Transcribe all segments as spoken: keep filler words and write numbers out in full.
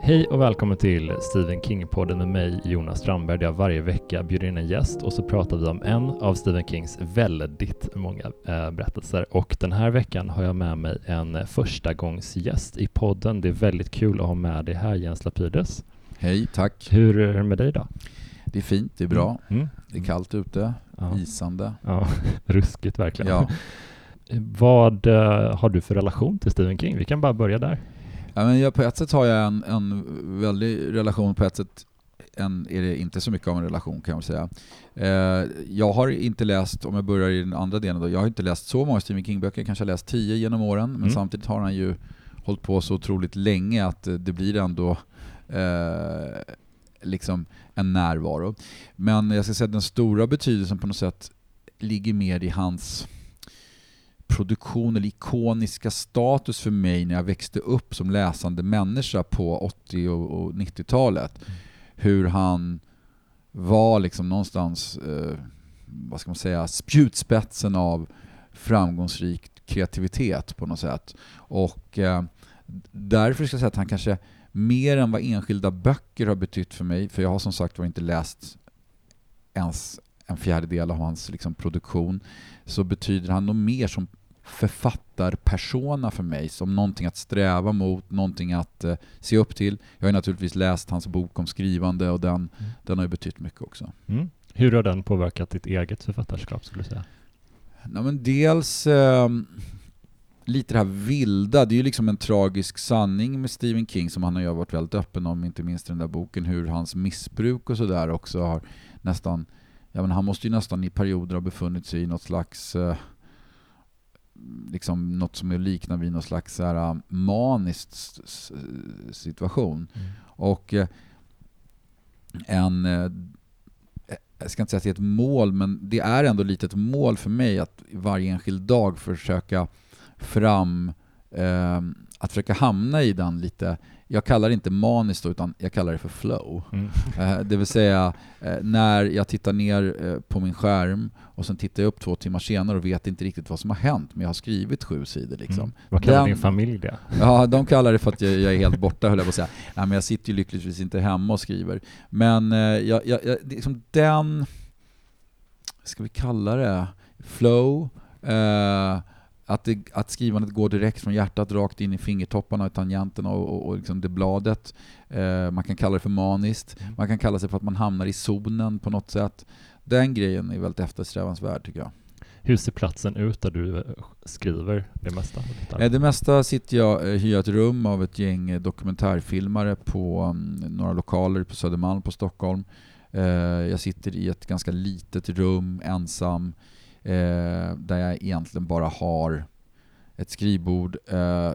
Hej och välkommen till Stephen King-podden med mig, Jonas Strandberg, där jag varje vecka bjuder in en gäst och så pratar vi om en av Stephen Kings väldigt många äh, berättelser. Och den här veckan har jag med mig en första gångs gäst i podden. Det är väldigt kul att ha med dig här, Jens Lapidus. Hej, tack. Hur är det med dig då? Det är fint, det är bra. Mm. Mm. Det är kallt ute, ja. isande. Ja, ruskigt verkligen. Ja. Vad uh, har du för relation till Stephen King? Vi kan bara börja där. Ja, men jag, på ett sätt har jag en, en väldig relation, på ett sätt en, är det inte så mycket av en relation kan jag säga. Eh, jag har inte läst, om jag börjar i den andra delen då, jag har inte läst så många Stephen King-böcker, jag kanske har läst tio genom åren, men mm. samtidigt har han ju hållit på så otroligt länge att det blir ändå eh, liksom en närvaro. Men jag ska säga att den stora betydelsen på något sätt ligger mer i hans produktion eller ikoniska status för mig när jag växte upp som läsande människa på åttio- och nittiotalet. Mm. Hur han var liksom någonstans eh, vad ska man säga, spjutspetsen av framgångsrik kreativitet på något sätt. Och eh, därför ska jag säga att han kanske mer än vad enskilda böcker har betytt för mig, för jag har som sagt var inte läst ens en fjärdedel av hans liksom, produktion, så betyder han nog mer som författarpersona för mig, som någonting att sträva mot, någonting att eh, se upp till. Jag har naturligtvis läst hans bok om skrivande och den, mm. den har ju betytt mycket också. Mm. Hur har den påverkat ditt eget författarskap skulle du säga? Ja, men dels eh, lite det här vilda, det är ju liksom en tragisk sanning med Stephen King som han har varit väldigt öppen om, inte minst i den där boken, hur hans missbruk och sådär också har nästan, ja men han måste ju nästan i perioder ha befunnit sig i något slags eh, liksom något som är liknar vid någon slags så här maniskt situation. Mm. Och eh, en eh, jag ska inte säga att det är ett mål, men det är ändå lite ett mål för mig att varje enskild dag försöka fram eh, att försöka hamna i den lite, jag kallar det inte maniskt då, utan jag kallar det för flow. Mm. Eh, det vill säga eh, när jag tittar ner eh, på min skärm och sen tittar jag upp två timmar senare och vet inte riktigt vad som har hänt, men jag har skrivit sju sidor liksom. Mm. Vad kallar den, din familj det? Ja, de kallar det för att jag, jag är helt borta, höll jag på att säga. Nej, men jag sitter ju lyckligtvis inte hemma och skriver. Men eh, jag, jag, jag, liksom den, ska vi kalla det flow, eh, Att, det, att skrivandet går direkt från hjärtat rakt in i fingertopparna, tangenterna och, och, och liksom det bladet. Eh, man kan kalla det för maniskt. Man kan kalla det för att man hamnar i zonen på något sätt. Den grejen är väldigt eftersträvansvärd tycker jag. Hur ser platsen ut där du skriver det mesta? Eh, det mesta sitter jag eh, hyr ett rum av ett gäng dokumentärfilmare på um, några lokaler på Södermalm på Stockholm. Eh, jag sitter i ett ganska litet rum ensam. Eh, där jag egentligen bara har ett skrivbord, eh,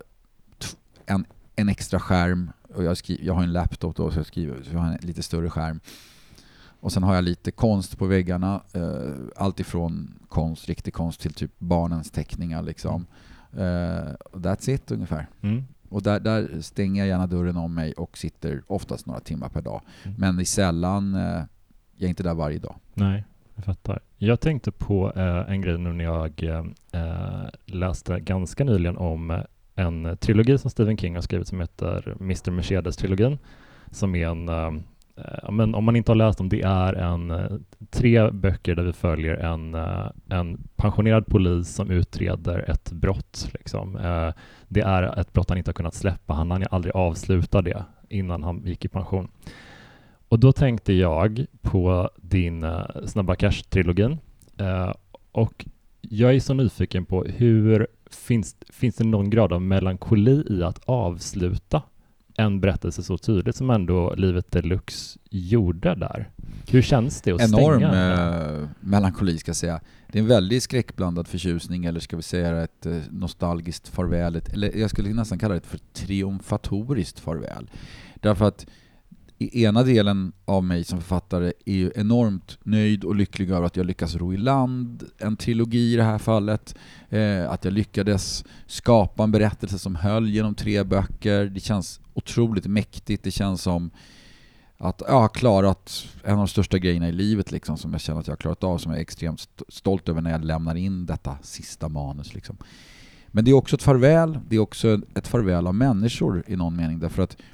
en, en extra skärm och jag, skriver, jag har en laptop då, så jag skriver, så jag har en lite större skärm och sen har jag lite konst på väggarna, eh, allt ifrån konst, riktig konst till typ barnens teckningar liksom. Eh, that's it ungefär. Mm. Och där, där stänger jag gärna dörren om mig och sitter oftast några timmar per dag. Mm. Men det är sällan, eh, jag är inte där varje dag. Nej. Jag fattar. Jag tänkte på eh, en grej nu när jag eh, läste ganska nyligen om en trilogi som Stephen King har skrivit som heter mister Mercedes-trilogin, som är en, eh, men om man inte har läst dem, det är en eh, tre böcker där vi följer en, eh, en pensionerad polis som utreder ett brott. Liksom. Eh, det är ett brott han inte har kunnat släppa. Han hann aldrig avsluta det innan han gick i pension. Och då tänkte jag på din uh, Snabba Cash-trilogin uh, och jag är så nyfiken på hur finns, finns det någon grad av melankoli i att avsluta en berättelse så tydligt som ändå Livet Deluxe gjorde där? Hur känns det att Enorm, stänga? Enorm eh, melankoli ska jag säga. Det är en väldigt skräckblandad förtjusning, eller ska vi säga ett eh, nostalgiskt farväl, ett, eller jag skulle nästan kalla det för triumfatoriskt farväl. Därför att i ena delen av mig som författare är ju enormt nöjd och lycklig över att jag lyckas ro i land en trilogi i det här fallet. Eh, att jag lyckades skapa en berättelse som höll genom tre böcker. Det känns otroligt mäktigt. Det känns som att jag har klarat en av de största grejerna i livet liksom, som jag känner att jag har klarat av, som jag är extremt stolt över när jag lämnar in detta sista manus. Liksom. Men det är också ett farväl. Det är också ett farväl av människor i någon mening, därför att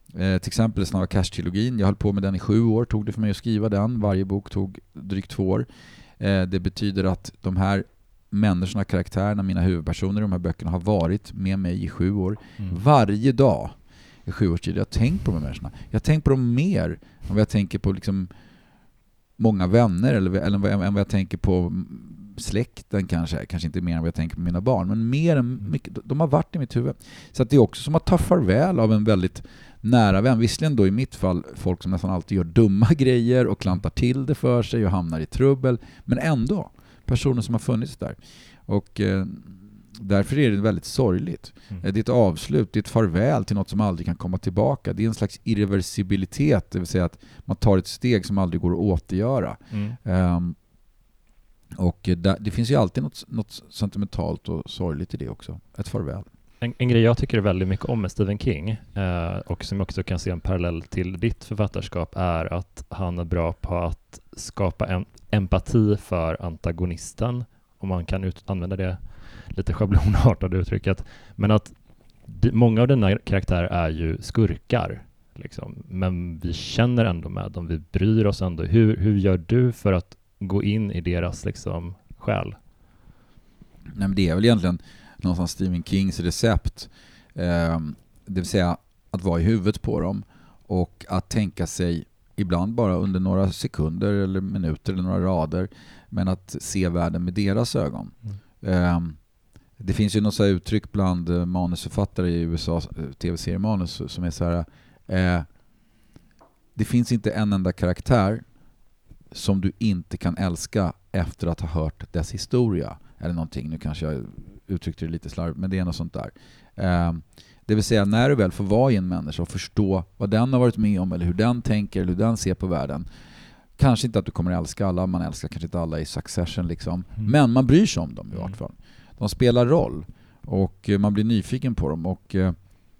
Eh, till exempel Snabba Cash-trilogin. Jag höll på med den i sju år, tog det för mig att skriva den. Varje bok tog drygt två år. Eh, det betyder att de här människorna, karaktärerna, mina huvudpersoner i de här böckerna har varit med mig i sju år. Mm. Varje dag i sju års tid. Jag har tänkt på de här människorna. Jag har tänkt på dem mer än vad jag tänker på liksom många vänner eller, eller än vad jag tänker på släkten kanske. Kanske inte mer än vad jag tänker på mina barn. Men mer än mycket. De har varit i mitt huvud. Så att det är också som att ta farväl av en väldigt nära vän. Visserligen då i mitt fall folk som nästan alltid gör dumma grejer och klantar till det för sig och hamnar i trubbel. Men ändå personer som har funnits där. Och eh, därför är det väldigt sorgligt. Mm. Det är ett avslut, det är ett farväl till något som aldrig kan komma tillbaka. Det är en slags irreversibilitet, det vill säga att man tar ett steg som aldrig går att återgöra. Mm. Um, och där, det finns ju alltid något, något sentimentalt och sorgligt i det också. Ett farväl. En, en grej jag tycker väldigt mycket om med Stephen King eh, och som jag också kan se en parallell till ditt författarskap är att han är bra på att skapa en empati för antagonisten, om man kan ut- använda det lite schablonartade uttrycket. Men att d- många av dina karaktärer är ju skurkar. Liksom. Men vi känner ändå med dem, vi bryr oss ändå. Hur, hur gör du för att gå in i deras liksom, själ? Nej, men det är väl egentligen någonstans Stephen Kings recept. Eh, det vill säga att vara i huvudet på dem och att tänka sig ibland bara under några sekunder eller minuter eller några rader, men att se världen med deras ögon. Mm. Eh, det finns ju något så här uttryck bland manusförfattare i U S A, tv-seriemanus, som är så här: eh, det finns inte en enda karaktär som du inte kan älska efter att ha hört dess historia eller någonting. Nu kanske jag uttryckte det lite slarvigt, men det är något sånt där. Eh, det vill säga, när du väl får vara i en människa och förstå vad den har varit med om eller hur den tänker eller hur den ser på världen. Kanske inte att du kommer att älska alla, man älskar kanske inte alla i Succession liksom. Mm. Men man bryr sig om dem i vart fall. De spelar roll och man blir nyfiken på dem och eh,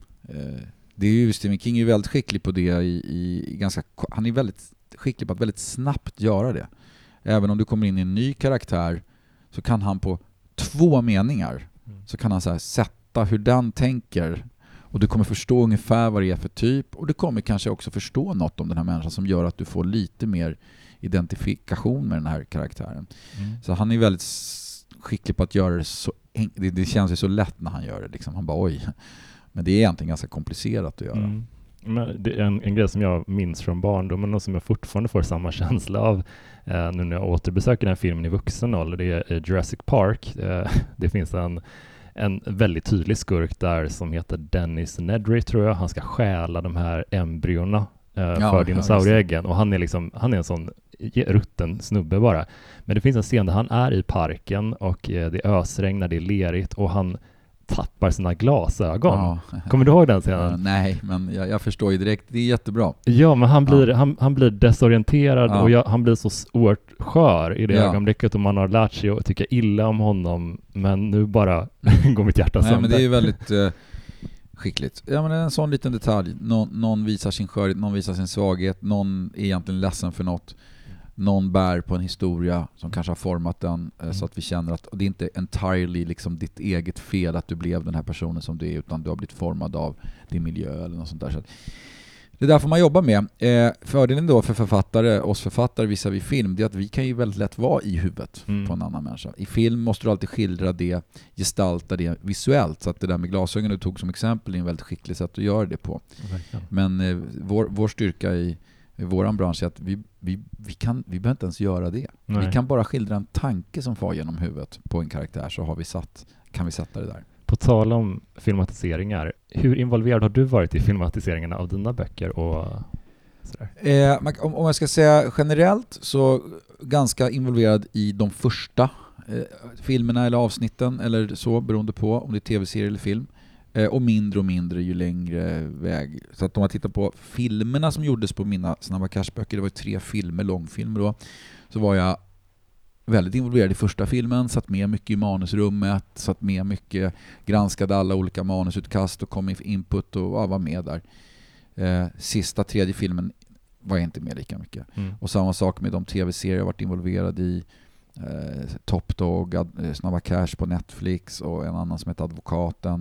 det är ju, Stephen King är ju väldigt skicklig på det i, i ganska, han är väldigt skicklig på att väldigt snabbt göra det. Även om du kommer in i en ny karaktär så kan han på två meningar mm. så kan han så här sätta hur den tänker och du kommer förstå ungefär vad det är för typ och du kommer kanske också förstå något om den här människan som gör att du får lite mer identifikation med den här karaktären. Mm. Så han är väldigt skicklig på att göra det så en- det, det känns ju så lätt när han gör det liksom. Han bara oj. Men det är egentligen ganska komplicerat att göra. Mm. Men det är en, en grej som jag minns från barndomen och som jag fortfarande får samma känsla av eh, nu när jag återbesöker den här filmen i vuxen ålder. Det är eh, Jurassic Park. Eh, det finns en, en väldigt tydlig skurk där som heter Dennis Nedry, tror jag. Han ska stjäla de här embryona eh, ja, för dinosaurieäggen. Och han är, liksom, han är en sån rutten snubbe bara. Men det finns en scen där han är i parken och eh, det ösregnar, det är lerigt och han tappar sina glasögon. Ja. Kommer du ihåg den scenen? Ja, nej, men jag, jag förstår ju direkt. Det är jättebra. Ja, men han blir, ja. han, han blir desorienterad ja. och jag, han blir så oerhört skör i det ja. ögonblicket och man har lärt sig att tycka illa om honom, men nu bara går mitt hjärta sönder. Nej, men det är ju väldigt eh, skickligt. Ja, men en sån liten detalj. Nå, någon visar sin skörhet, någon visar sin svaghet, någon är egentligen ledsen för något. Någon bär på en historia som kanske har format den mm. så att vi känner att det är inte entirely liksom ditt eget fel att du blev den här personen som du är, utan du har blivit formad av din miljö eller något sånt där. Så det där får man jobba med. Eh, fördelen då för författare, oss författare visar vi film, det är att vi kan ju väldigt lätt vara i huvudet mm. på en annan människa. I film måste du alltid skildra det, gestalta det visuellt, så att det där med glasögonen du tog som exempel är en väldigt skicklig sätt att göra det på. Okay. Men eh, vår, vår styrka i i våran bransch är att vi, vi, vi, kan, vi behöver inte ens göra det. Nej. Vi kan bara skildra en tanke som far genom huvudet på en karaktär, så har vi satt, kan vi sätta det där. På tal om filmatiseringar, hur involverad har du varit i filmatiseringarna av dina böcker? Och sådär? Eh, om, om jag ska säga generellt så ganska involverad i de första eh, filmerna eller avsnitten eller så, beroende på om det är tv-serie eller film. Och mindre och mindre ju längre väg. Så att om man tittar på filmerna som gjordes på mina Snabba Cash-böcker, det var ju tre filmer, långfilmer då, så var jag väldigt involverad i första filmen, satt med mycket i manusrummet, satt med mycket, granskade alla olika manusutkast och kom med input och ja, var med där. Eh, sista, tredje filmen var jag inte med lika mycket. Mm. Och samma sak med de tv-serier jag varit involverad i. Eh, Top Dog, Ad, Snabba Cash på Netflix och en annan som heter Advokaten.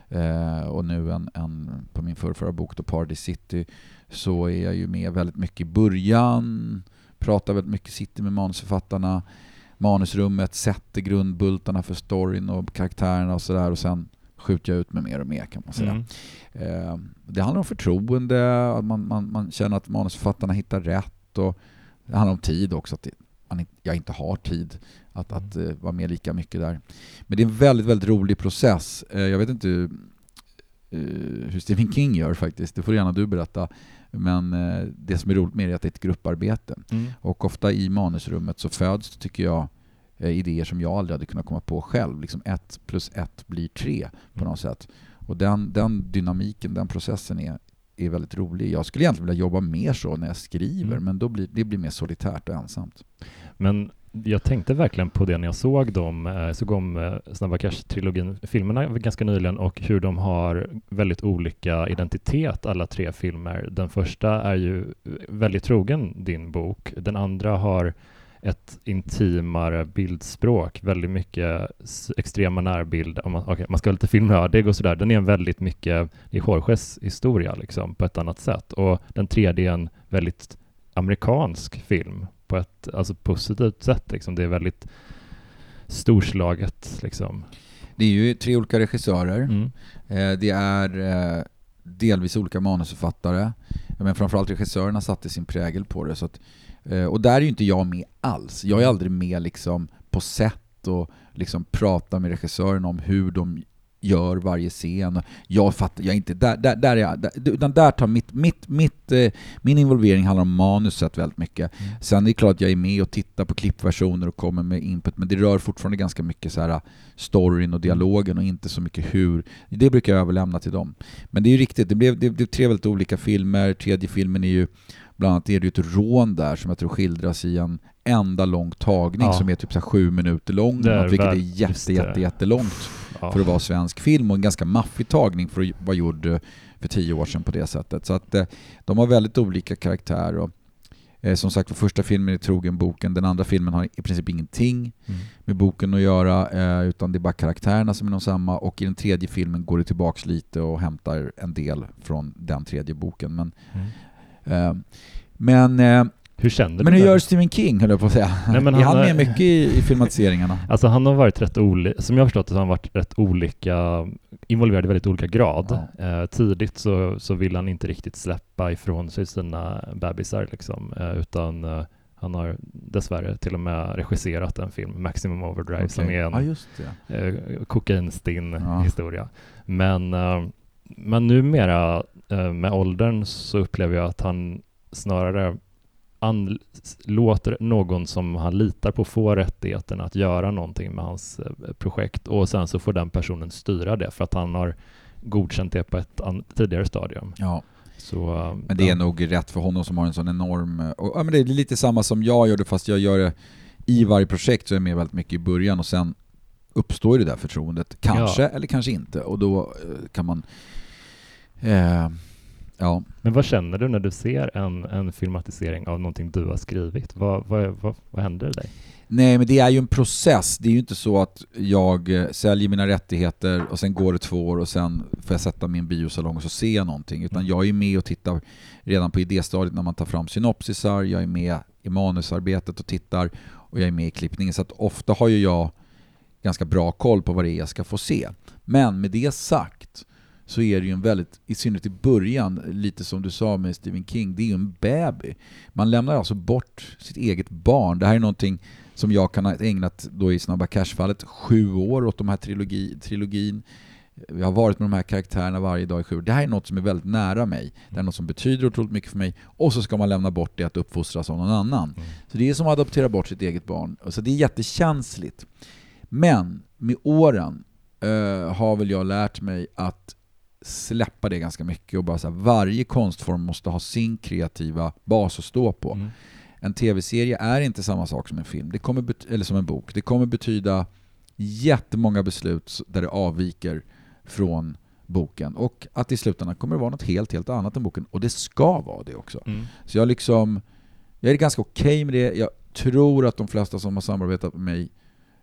Eh, och nu en, en, på min förrförra bok då, Party City, så är jag ju med väldigt mycket i början, pratar väldigt mycket, sitter med manusförfattarna, manusrummet, sätter grundbultarna för storyn och karaktärerna och sådär, och sen skjuter jag ut med mer och mer, kan man säga. Mm. Eh, det handlar om förtroende, att man, man, man känner att manusförfattarna hittar rätt, och det handlar om tid också, att det, man, jag inte har tid att, att uh, vara med lika mycket där. Men det är en väldigt, väldigt rolig process. Uh, jag vet inte uh, hur Stephen King gör faktiskt, det får gärna du berätta. Men uh, det som är roligt med det är att det är ett grupparbete. Mm. Och ofta i manusrummet så föds, tycker jag, uh, idéer som jag aldrig hade kunnat komma på själv. Liksom ett plus ett blir tre på något sätt. Och den, den dynamiken, den processen är, är väldigt rolig. Jag skulle egentligen vilja jobba mer så när jag skriver, mm. men då blir, det blir mer solitärt och ensamt. Men jag tänkte verkligen på det när jag såg dem, såg om Snabba Cash-trilogin, filmerna ganska nyligen, och hur de har väldigt olika identitet, alla tre filmer. Den första är ju väldigt trogen din bok. Den andra har ett intimare bildspråk, väldigt mycket extrema närbild. Om man, okay, man ska ha lite filmer, det går sådär. Den är en väldigt mycket i Jorges historia liksom, på ett annat sätt. Och den tredje är en väldigt amerikansk film på ett alltså positivt sätt. Liksom. Det är väldigt storslaget. Liksom. Det är ju tre olika regissörer. Mm. Eh, det är eh, delvis olika manusförfattare. Men framförallt regissörerna satte sin prägel på det. Så att, eh, och där är ju inte jag med alls. Jag är aldrig med liksom, på set och liksom, pratar med regissören om hur de gör varje scen. Jag fattar, jag inte där där där är jag, där, utan där tar mitt mitt mitt eh, min involvering handlar om manuset väldigt mycket. Mm. Sen är det klart att jag är med och tittar på klippversioner och kommer med input, men det rör fortfarande ganska mycket så här storyn och dialogen och inte så mycket hur. Det brukar jag överlämna till dem. Men det är ju riktigt, det blev det blev tre väldigt olika filmer. Tredje filmen är ju bland annat är det ju ett rån där som jag tror skildras i en enda lång tagning, ja. Som är typ så här sju minuter lång, det är vilket väl, är jätte, jätte, jättelångt ja. För att vara svensk film, och en ganska maffig tagning för att vara gjord för tio år sedan på det sättet. Så att de har väldigt olika karaktär. Och eh, som sagt, för första filmen är trogen boken, den andra filmen har i princip ingenting mm. med boken att göra, eh, utan det är bara karaktärerna som är de samma, och i den tredje filmen går det tillbaks lite och hämtar en del från den tredje boken. Men mm. eh, men eh, hur kände men du hur det? Gör Stephen King, höll jag på att säga. Nej, men är han, han med mycket i, i filmatiseringarna? Alltså han har varit rätt olika, som jag har förstått det, så har han varit rätt olika, involverad i väldigt olika grad. Ja. Eh, tidigt så, så vill han inte riktigt släppa ifrån sig sina bebisar liksom, eh, utan eh, han har dessvärre till och med regisserat en film, Maximum Overdrive, okay. som är en ja, just det. eh, kokainstinn ja. historia. Men, eh, men numera eh, med åldern så upplever jag att han snarare an- låter någon som han litar på få rättigheterna att göra någonting med hans eh, projekt, och sen så får den personen styra det för att han har godkänt det på ett an- tidigare stadium. Ja. Så, uh, men det är nog rätt för honom som har en sån enorm... Och, ja, men det är lite samma som jag gör det, fast jag gör det i varje projekt, så är jag med väldigt mycket i början, och sen uppstår det där förtroendet. Kanske ja. eller kanske inte. Och då eh, kan man... Eh, Ja. Men vad känner du när du ser en, en filmatisering av någonting du har skrivit? Vad, vad, vad, vad händer dig? Nej, men det är ju en process. Det är ju inte så att jag säljer mina rättigheter och sen går det två år och sen får jag sätta min biosalong och så ser jag någonting. Utan jag är med och tittar redan på idéstadiet när man tar fram synopsisar. Jag är med i manusarbetet och tittar, och jag är med i klippningen. Så att ofta har ju jag ganska bra koll på vad det är jag ska få se. Men med det sagt så är det ju en väldigt, i synnerhet i början, lite som du sa med Stephen King, det är ju en baby. Man lämnar alltså bort sitt eget barn. Det här är någonting som jag kan ha ägnat då i Snabba Cash-fallet sju år åt de här trilogi, trilogin. Jag har varit med de här karaktärerna varje dag i sju år. Det här är något som är väldigt nära mig. Det är något som betyder otroligt mycket för mig. Och så ska man lämna bort det att uppfostras av någon annan. Mm. Så det är som att adoptera bort sitt eget barn. Så det är jättekänsligt. Men med åren uh, har väl jag lärt mig att släppa det ganska mycket och bara så här, varje konstform måste ha sin kreativa bas att stå på. Mm. En tv-serie är inte samma sak som en film. Det kommer bet- eller som en bok. Det kommer betyda jättemånga beslut där det avviker från boken, och att i slutändan kommer det vara något helt helt annat än boken, och det ska vara det också. Mm. Så jag liksom jag är ganska okej okay med det. Jag tror att de flesta som har samarbetat med mig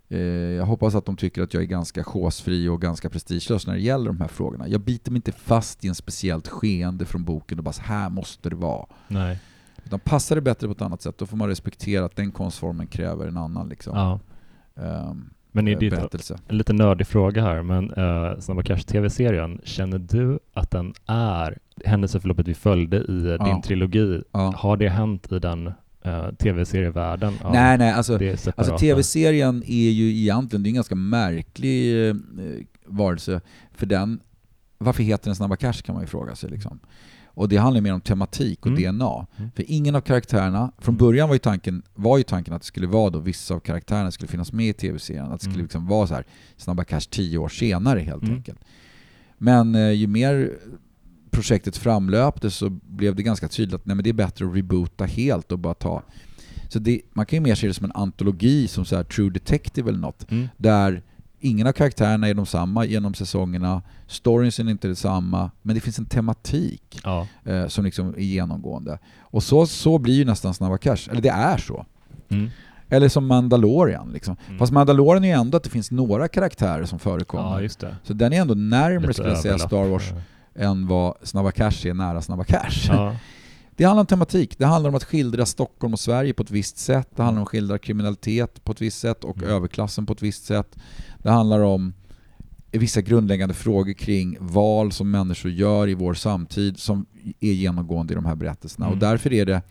eh, jag hoppas att de tycker att jag är ganska chosefri och ganska prestigelös när det gäller de här frågorna. Jag biter mig inte fast i en speciellt skeende från boken och bara så här måste det vara. Nej. Utan passar det bättre på ett annat sätt, då får man respektera att den konstformen kräver en annan liksom. Ja. Um, Men är det en lite nördig fråga här, men uh, Snabba Cash-tv-serien, känner du att den är händelseförloppet vi följde i ja. din trilogi? Ja. Har det hänt i den uh, tv-serievärlden? Nej, nej, alltså, alltså tv-serien är ju egentligen, det är en ganska märklig uh, varelse för den. Varför heter den Snabba Cash kan man ju fråga sig liksom. Och det handlar mer om tematik och mm. D N A. Mm. För ingen av karaktärerna, från början var ju tanken, var ju tanken att det skulle vara då vissa av karaktärerna skulle finnas med i tv-serien. Att det skulle mm. liksom vara så här Snabba Cash tio år senare helt mm. enkelt. Men eh, ju mer projektet framlöpte så blev det ganska tydligt att nej, men det är bättre att reboota helt och bara ta. Så det, man kan ju mer se det som en antologi som så här True Detective eller något. Mm. Där ingen av karaktärerna är de samma genom säsongerna. Stories är inte detsamma. Men det finns en tematik ja. eh, som liksom är genomgående. Och så, så blir ju nästan Snabba Cash. Eller det är så. Mm. Eller som Mandalorian. Liksom. Mm. Fast Mandalorian är ju ändå att det finns några karaktärer som förekommer. Ja, just det. Så den är ändå närmare skulle jag säga Star Wars ja. än vad Snabba Cash är nära Snabba Cash. Ja. Det handlar om tematik. Det handlar om att skildra Stockholm och Sverige på ett visst sätt. Det handlar om att skildra kriminalitet på ett visst sätt och mm. överklassen på ett visst sätt. Det handlar om vissa grundläggande frågor kring val som människor gör i vår samtid som är genomgående i de här berättelserna. Mm. Och därför är det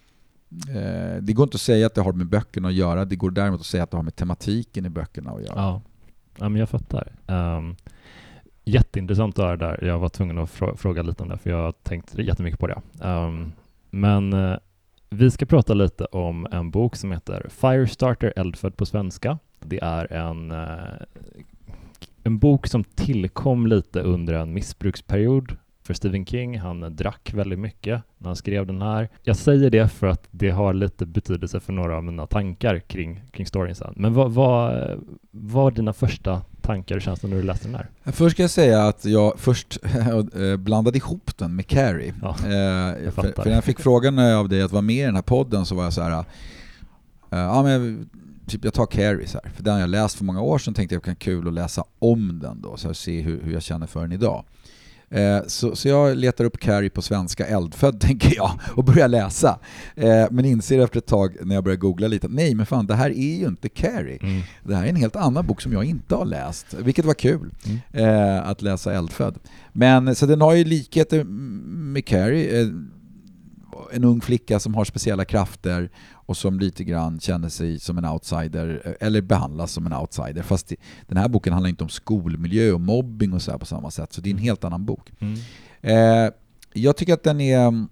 eh, det går inte att säga att det har med böckerna att göra. Det går däremot att säga att det har med tematiken i böckerna att göra. Ja, ja men jag fattar. Um, jätteintressant att höra där. Jag var tvungen att frå- fråga lite om det för jag har tänkt jättemycket på det. Um, men uh, vi ska prata lite om en bok som heter Firestarter, eldfödd på svenska. Det är en, uh, en bok som tillkom lite under en missbruksperiod för Stephen King. Han drack väldigt mycket när han skrev den här. Jag säger det för att det har lite betydelse för några av mina tankar kring, kring storyn sen. Men vad var vad dina första tankar och känslor när du läste den här? Först ska jag säga att jag först blandade ihop den med Carrie. Ja, jag för, för när jag fick frågan av dig att vara med i den här podden så var jag så här, ja men typ jag tar Carrie så här. För den har jag läst för många år sedan, tänkte jag kan kul att läsa om den då så här, se hur, hur jag känner för den idag. Eh, så, så jag letar upp Carrie på svenska, eldfödd tänker jag, och börjar läsa. Eh, men inser efter ett tag när jag börjar googla lite att nej men fan, det här är ju inte Carrie. Mm. Det här är en helt annan bok som jag inte har läst, vilket var kul mm. eh, att läsa eldfödd. Men så den har ju likheter med Carrie, eh, en ung flicka som har speciella krafter och som lite grann känner sig som en outsider eller behandlas som en outsider. Fast det, den här boken handlar inte om skolmiljö och mobbing och så här på samma sätt. Så det är en helt annan bok. Mm. Eh, jag tycker att den är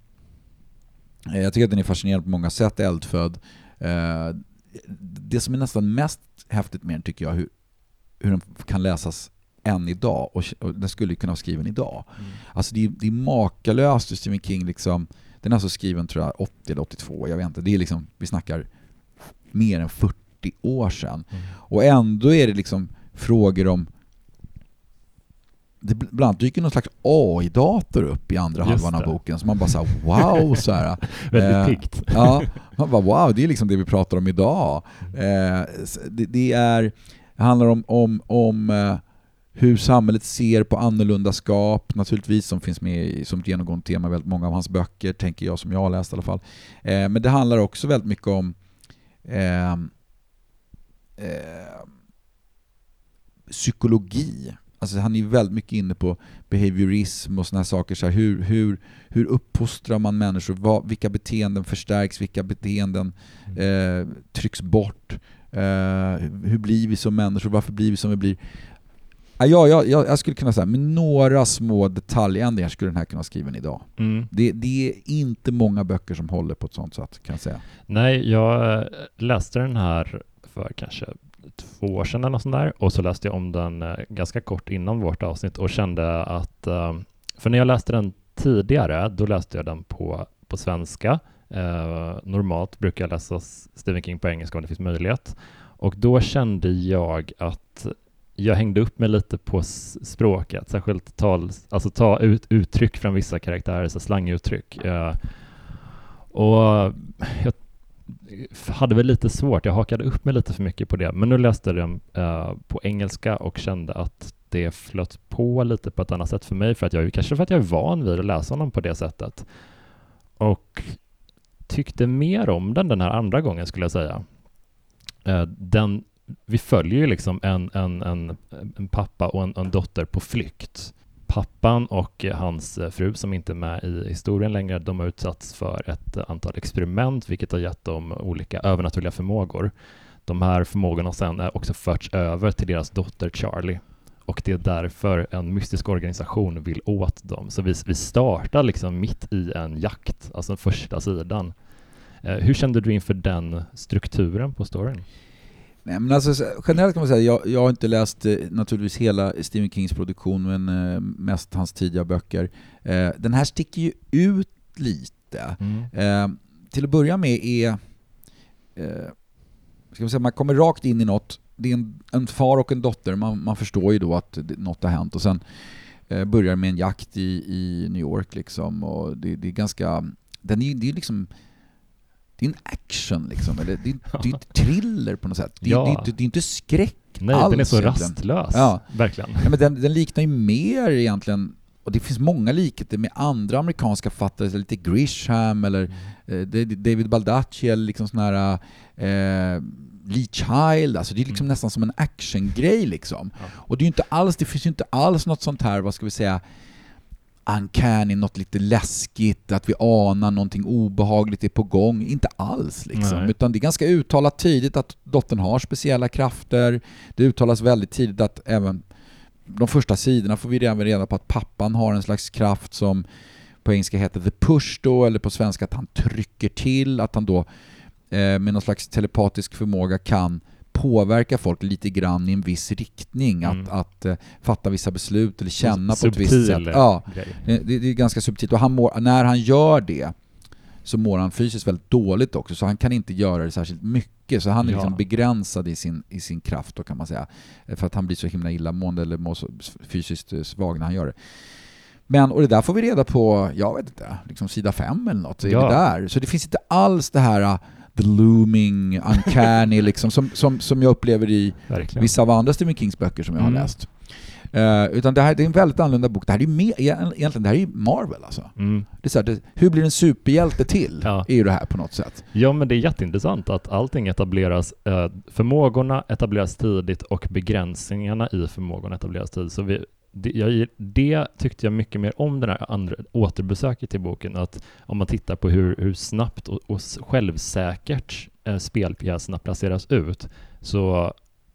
jag tycker att den är fascinerande på många sätt, eldfödd. Eh, det som är nästan mest häftigt med den tycker jag hur, hur den kan läsas än idag och, och den skulle kunna vara skriven idag. Mm. Alltså det är, det är makalöst hur Stephen King liksom. Den är alltså skriven tror jag åttio eller åttiotvå, jag vet inte. Det är liksom, vi snackar mer än fyrtio år sedan. Mm. Och ändå är det liksom frågor om det bland annat dyker någon slags A I-dator upp i andra Just halvan det. Av boken. Så man bara så här, wow så här. Väldigt pikt. Eh, ja, man bara wow, det är liksom det vi pratar om idag. Eh, det, det är det handlar om om om eh, hur samhället ser på annorlundaskap, naturligtvis, som finns med i, som ett genomgående tema i väldigt många av hans böcker, tänker jag, som jag har läst i alla fall. Eh, men det handlar också väldigt mycket om eh, eh, psykologi. Alltså han är väldigt mycket inne på behaviorism och såna här saker. Så här, hur, hur, hur uppfostrar man människor? Vad, vilka beteenden förstärks? Vilka beteenden eh, trycks bort? Eh, hur blir vi som människor? Varför blir vi som vi blir? Ja, jag, jag, jag skulle kunna säga med några små detaljändringar skulle den här kunna skriva idag. Mm. Det, det är inte många böcker som håller på ett sånt sätt, kan jag säga. Nej, jag läste den här för kanske två år sedan eller något sånt där, och så läste jag om den ganska kort innan vårt avsnitt och kände att, för när jag läste den tidigare, då läste jag den på, på svenska. Eh, normalt brukar jag läsa Stephen King på engelska om det finns möjlighet. Och då kände jag att jag hängde upp mig lite på språket, särskilt tal, alltså ta ut uttryck från vissa karaktärer, så slanguttryck. Uh, och jag hade väl lite svårt, jag hakade upp mig lite för mycket på det, men nu läste jag den uh, på engelska och kände att det flöt på lite på ett annat sätt för mig, för att jag, kanske för att jag är van vid att läsa honom på det sättet. Och tyckte mer om den den här andra gången, skulle jag säga. Uh, den, vi följer ju liksom en, en, en, en pappa och en, en dotter på flykt. Pappan och hans fru, som inte är med i historien längre, de har utsatts för ett antal experiment, vilket har gett dem olika övernaturliga förmågor. De här förmågorna sen är också förts över till deras dotter Charlie. Och det är därför en mystisk organisation vill åt dem. Så vi, vi startar liksom mitt i en jakt, alltså den första sidan. Eh, hur kände du inför den strukturen på storyn? Nej, men alltså, generellt kan man säga, jag, jag har inte läst eh, naturligtvis hela Stephen Kings produktion, men eh, mest hans tidiga böcker. Eh, den här sticker ju ut lite. Mm. Eh, till att börja med är eh, ska man säga, man kommer rakt in i något. Det är en, en far och en dotter. Man, man förstår ju då att det, något har hänt, och sen eh, börjar med en jakt i, i New York liksom, och det, det är ganska, den är, det är liksom det är en action liksom, eller det är, det är ett thriller på något sätt. Det, ja. det, det, det är inte skräck. Nej, alls, den är så egentligen. rastlös. Ja. Verkligen. Ja, men den, den liknar ju mer egentligen, och det finns många likheter med andra amerikanska författare, lite Grisham eller mm. eh, David Baldacci eller liksom sån här eh, Lee Child, alltså det är liksom mm. nästan som en actiongrej liksom. Ja. Och det är ju inte alls, det finns ju inte alls något sånt här, vad ska vi säga, uncanny, något lite läskigt, att vi anar någonting obehagligt är på gång. Inte alls liksom. Nej. Utan det är ganska uttalat tidigt att dottern har speciella krafter. Det uttalas väldigt tidigt att även de första sidorna får vi redan reda på att pappan har en slags kraft som på engelska heter the push då, eller på svenska att han trycker till, att han då eh, med någon slags telepatisk förmåga kan påverka folk lite grann i en viss riktning, mm. att, att uh, fatta vissa beslut eller känna på ett visst sätt. Ja, det, det är ganska subtilt, och han mår, när han gör det så mår han fysiskt väldigt dåligt också, så han kan inte göra det särskilt mycket, så han är ja. liksom begränsad i sin, i sin kraft då, kan man säga, för att han blir så himla illamående eller mår så fysiskt svag när han gör det. Men, och det där får vi reda på, jag vet inte, liksom sida fem eller något, så är ja. vi där. Så det finns inte alls det här the looming, uncanny liksom, som, som, som jag upplever i Verkligen. vissa av andra Stephen Kings böcker som jag mm. har läst. Uh, utan det här det är en väldigt annorlunda bok. Det här är mer, egentligen det här är Marvel alltså. Mm. Det är så här, det, hur blir en superhjälte till? Ja. Är ju det här på något sätt. Ja, men det är jätteintressant att allting etableras, uh, förmågorna etableras tidigt och begränsningarna i förmågorna etableras tidigt. Så vi Det, jag, det tyckte jag mycket mer om den här andra återbesöket till boken, att om man tittar på hur, hur snabbt och, och självsäkert eh, spelpjäserna placeras ut, så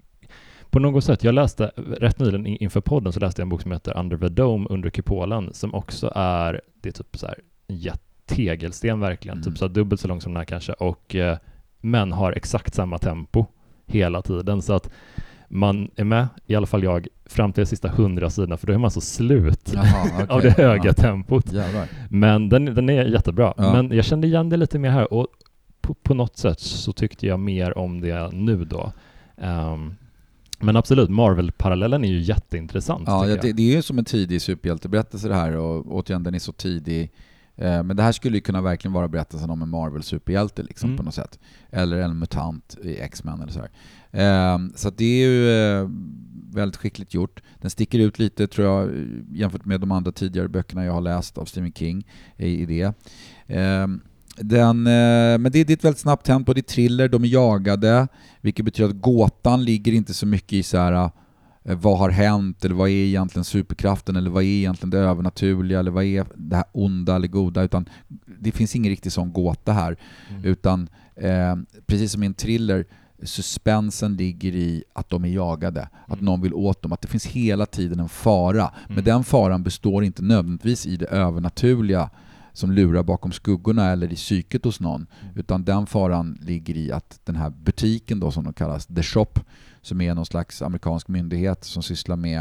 på något sätt, jag läste rätt nyligen inför podden, så läste jag en bok som heter Under the Dome, under kupolen, som också är, det är typ så här en tegelsten verkligen, mm. typ så här dubbelt så lång som den här kanske, och eh, men har exakt samma tempo hela tiden, så att man är med, i alla fall jag, fram till de sista hundra sidorna, för då är man så slut Jaha, okay. av det höga ja. tempot. Jävlar. Men den, den är jättebra. Ja. Men jag kände igen det lite mer här, och på, på något sätt så tyckte jag mer om det nu då. Um, men absolut, Marvel-parallellen är ju jätteintressant. Ja, det, det är ju som en tidig superhjälteberättelse det här, och återigen, den är så tidig. Eh, men det här skulle ju kunna verkligen vara berättelsen om en Marvel-superhjälte liksom, mm. på något sätt. Eller en mutant i X-Men eller så här. Eh, så att det är ju eh, väldigt skickligt gjort. Den sticker ut lite, tror jag, jämfört med de andra tidigare böckerna jag har läst av Stephen King i, i det. Eh, den, eh, men det, det är ett väldigt snabbt tempo, det är thriller, de är jagade, vilket betyder att gåtan ligger inte så mycket i så här, vad har hänt, eller vad är egentligen superkraften, eller vad är egentligen det övernaturliga, eller vad är det här onda eller goda, utan det finns ingen riktig sån gåta här, mm. utan eh, precis som i en thriller, suspensen ligger i att de är jagade, mm. att någon vill åt dem, att det finns hela tiden en fara, mm. men den faran består inte nödvändigtvis i det övernaturliga som lurar bakom skuggorna eller i psyket hos någon, mm. utan den faran ligger i att den här butiken då, som de kallas, The Shop, som är någon slags amerikansk myndighet som sysslar med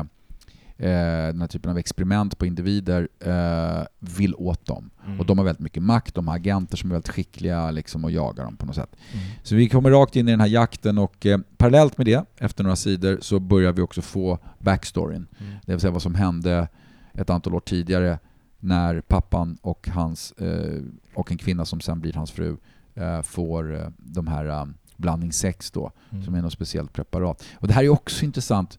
eh, den här typen av experiment på individer, eh, vill åt dem. Mm. Och de har väldigt mycket makt, de har agenter som är väldigt skickliga liksom, och jagar dem på något sätt. Mm. Så vi kommer rakt in i den här jakten, och eh, parallellt med det, efter några sidor, så börjar vi också få backstoryn. Mm. Det vill säga vad som hände ett antal år tidigare när pappan och hans eh, och en kvinna som sen blir hans fru eh, får eh, de här eh, blandning sex då, mm. som är något speciellt preparat. Och det här är också intressant.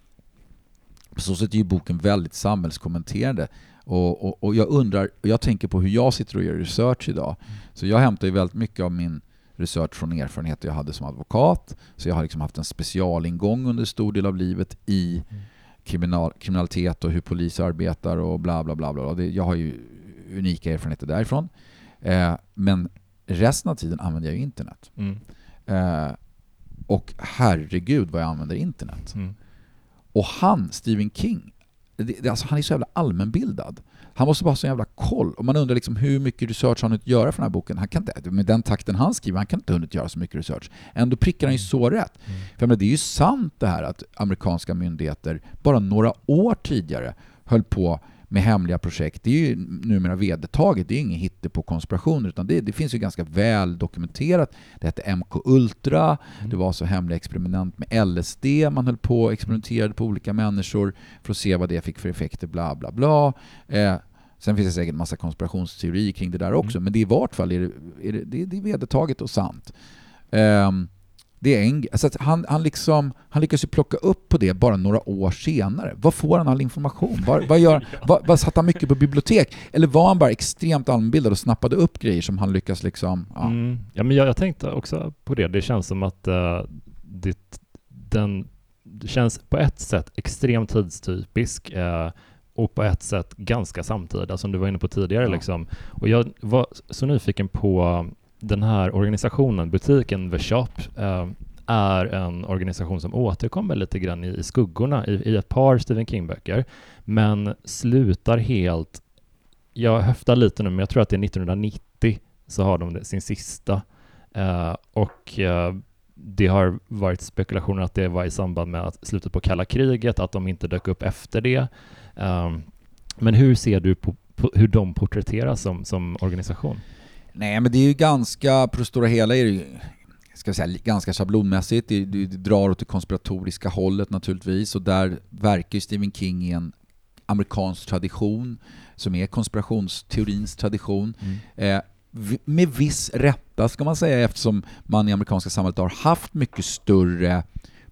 På så sätt är ju boken väldigt samhällskommenterande. Och, och, och jag undrar, och jag tänker på hur jag sitter och gör research idag. Mm. Så jag hämtar ju väldigt mycket av min research från erfarenheter jag hade som advokat. Så jag har liksom haft en specialingång under stor del av livet i mm. kriminal, kriminalitet och hur polis arbetar och bla bla bla. bla. Det, jag har ju unika erfarenheter därifrån. Eh, men resten av tiden använder jag ju internet. Mm. Eh, och herregud vad jag använder internet. Mm. Och han, Stephen King, det, det, alltså han är så jävla allmänbildad. Han måste bara ha så jävla koll. Och man undrar liksom hur mycket research han har att göra för den här boken. Han kan inte, med den takten han skriver, han kan inte hunnit göra så mycket research. Ändå prickar han ju så rätt. Mm. För menar, det är ju sant det här att amerikanska myndigheter bara några år tidigare höll på med hemliga projekt. Det är ju numera vedertaget. Det är ingen hitte på konspirationer, utan det, det finns ju ganska väl dokumenterat. Det hette M K Ultra. Mm. Det var så hemliga experiment med L S D. Man höll på och experimenterade på olika människor för att se vad det fick för effekter, bla bla bla. Eh, sen finns det säkert en massa konspirationsteorier kring det där också. Mm. Men det är i vart fall är det, är det, det, det är vedertaget och sant. Eh, Det är en, alltså han, han, liksom, han lyckas ju plocka upp på det bara några år senare. Vad får han all information? Vad, vad, gör, vad, vad satt han mycket på bibliotek? Eller var han bara extremt allmänbildad och snappade upp grejer som han lyckas liksom... Ja, mm. ja men jag, jag tänkte också på det. Det känns som att uh, det, den, det känns på ett sätt extremt tidstypisk uh, och på ett sätt ganska samtida som du var inne på tidigare. Ja. Liksom. Och jag var så nyfiken på... Den här organisationen, butiken The Shop, äh, är en organisation som återkommer lite grann i, i skuggorna i, i ett par Stephen King-böcker, men slutar helt... Jag höftar lite nu, men jag tror att det är nittonhundranittio så har de det, sin sista. Äh, och äh, det har varit spekulationer att det var i samband med att slutet på kalla kriget, att de inte dök upp efter det. Äh, men hur ser du på, på hur de porträtteras som, som organisation? Nej, men det är ju ganska, på det stora hela är det ju, ska jag säga, ganska schablonmässigt. Det, det, det drar åt det konspiratoriska hållet naturligtvis, och där verkar Stephen King i en amerikansk tradition som är konspirationsteorins tradition. Mm. Eh, med viss rätta ska man säga, eftersom man i amerikanska samhället har haft mycket större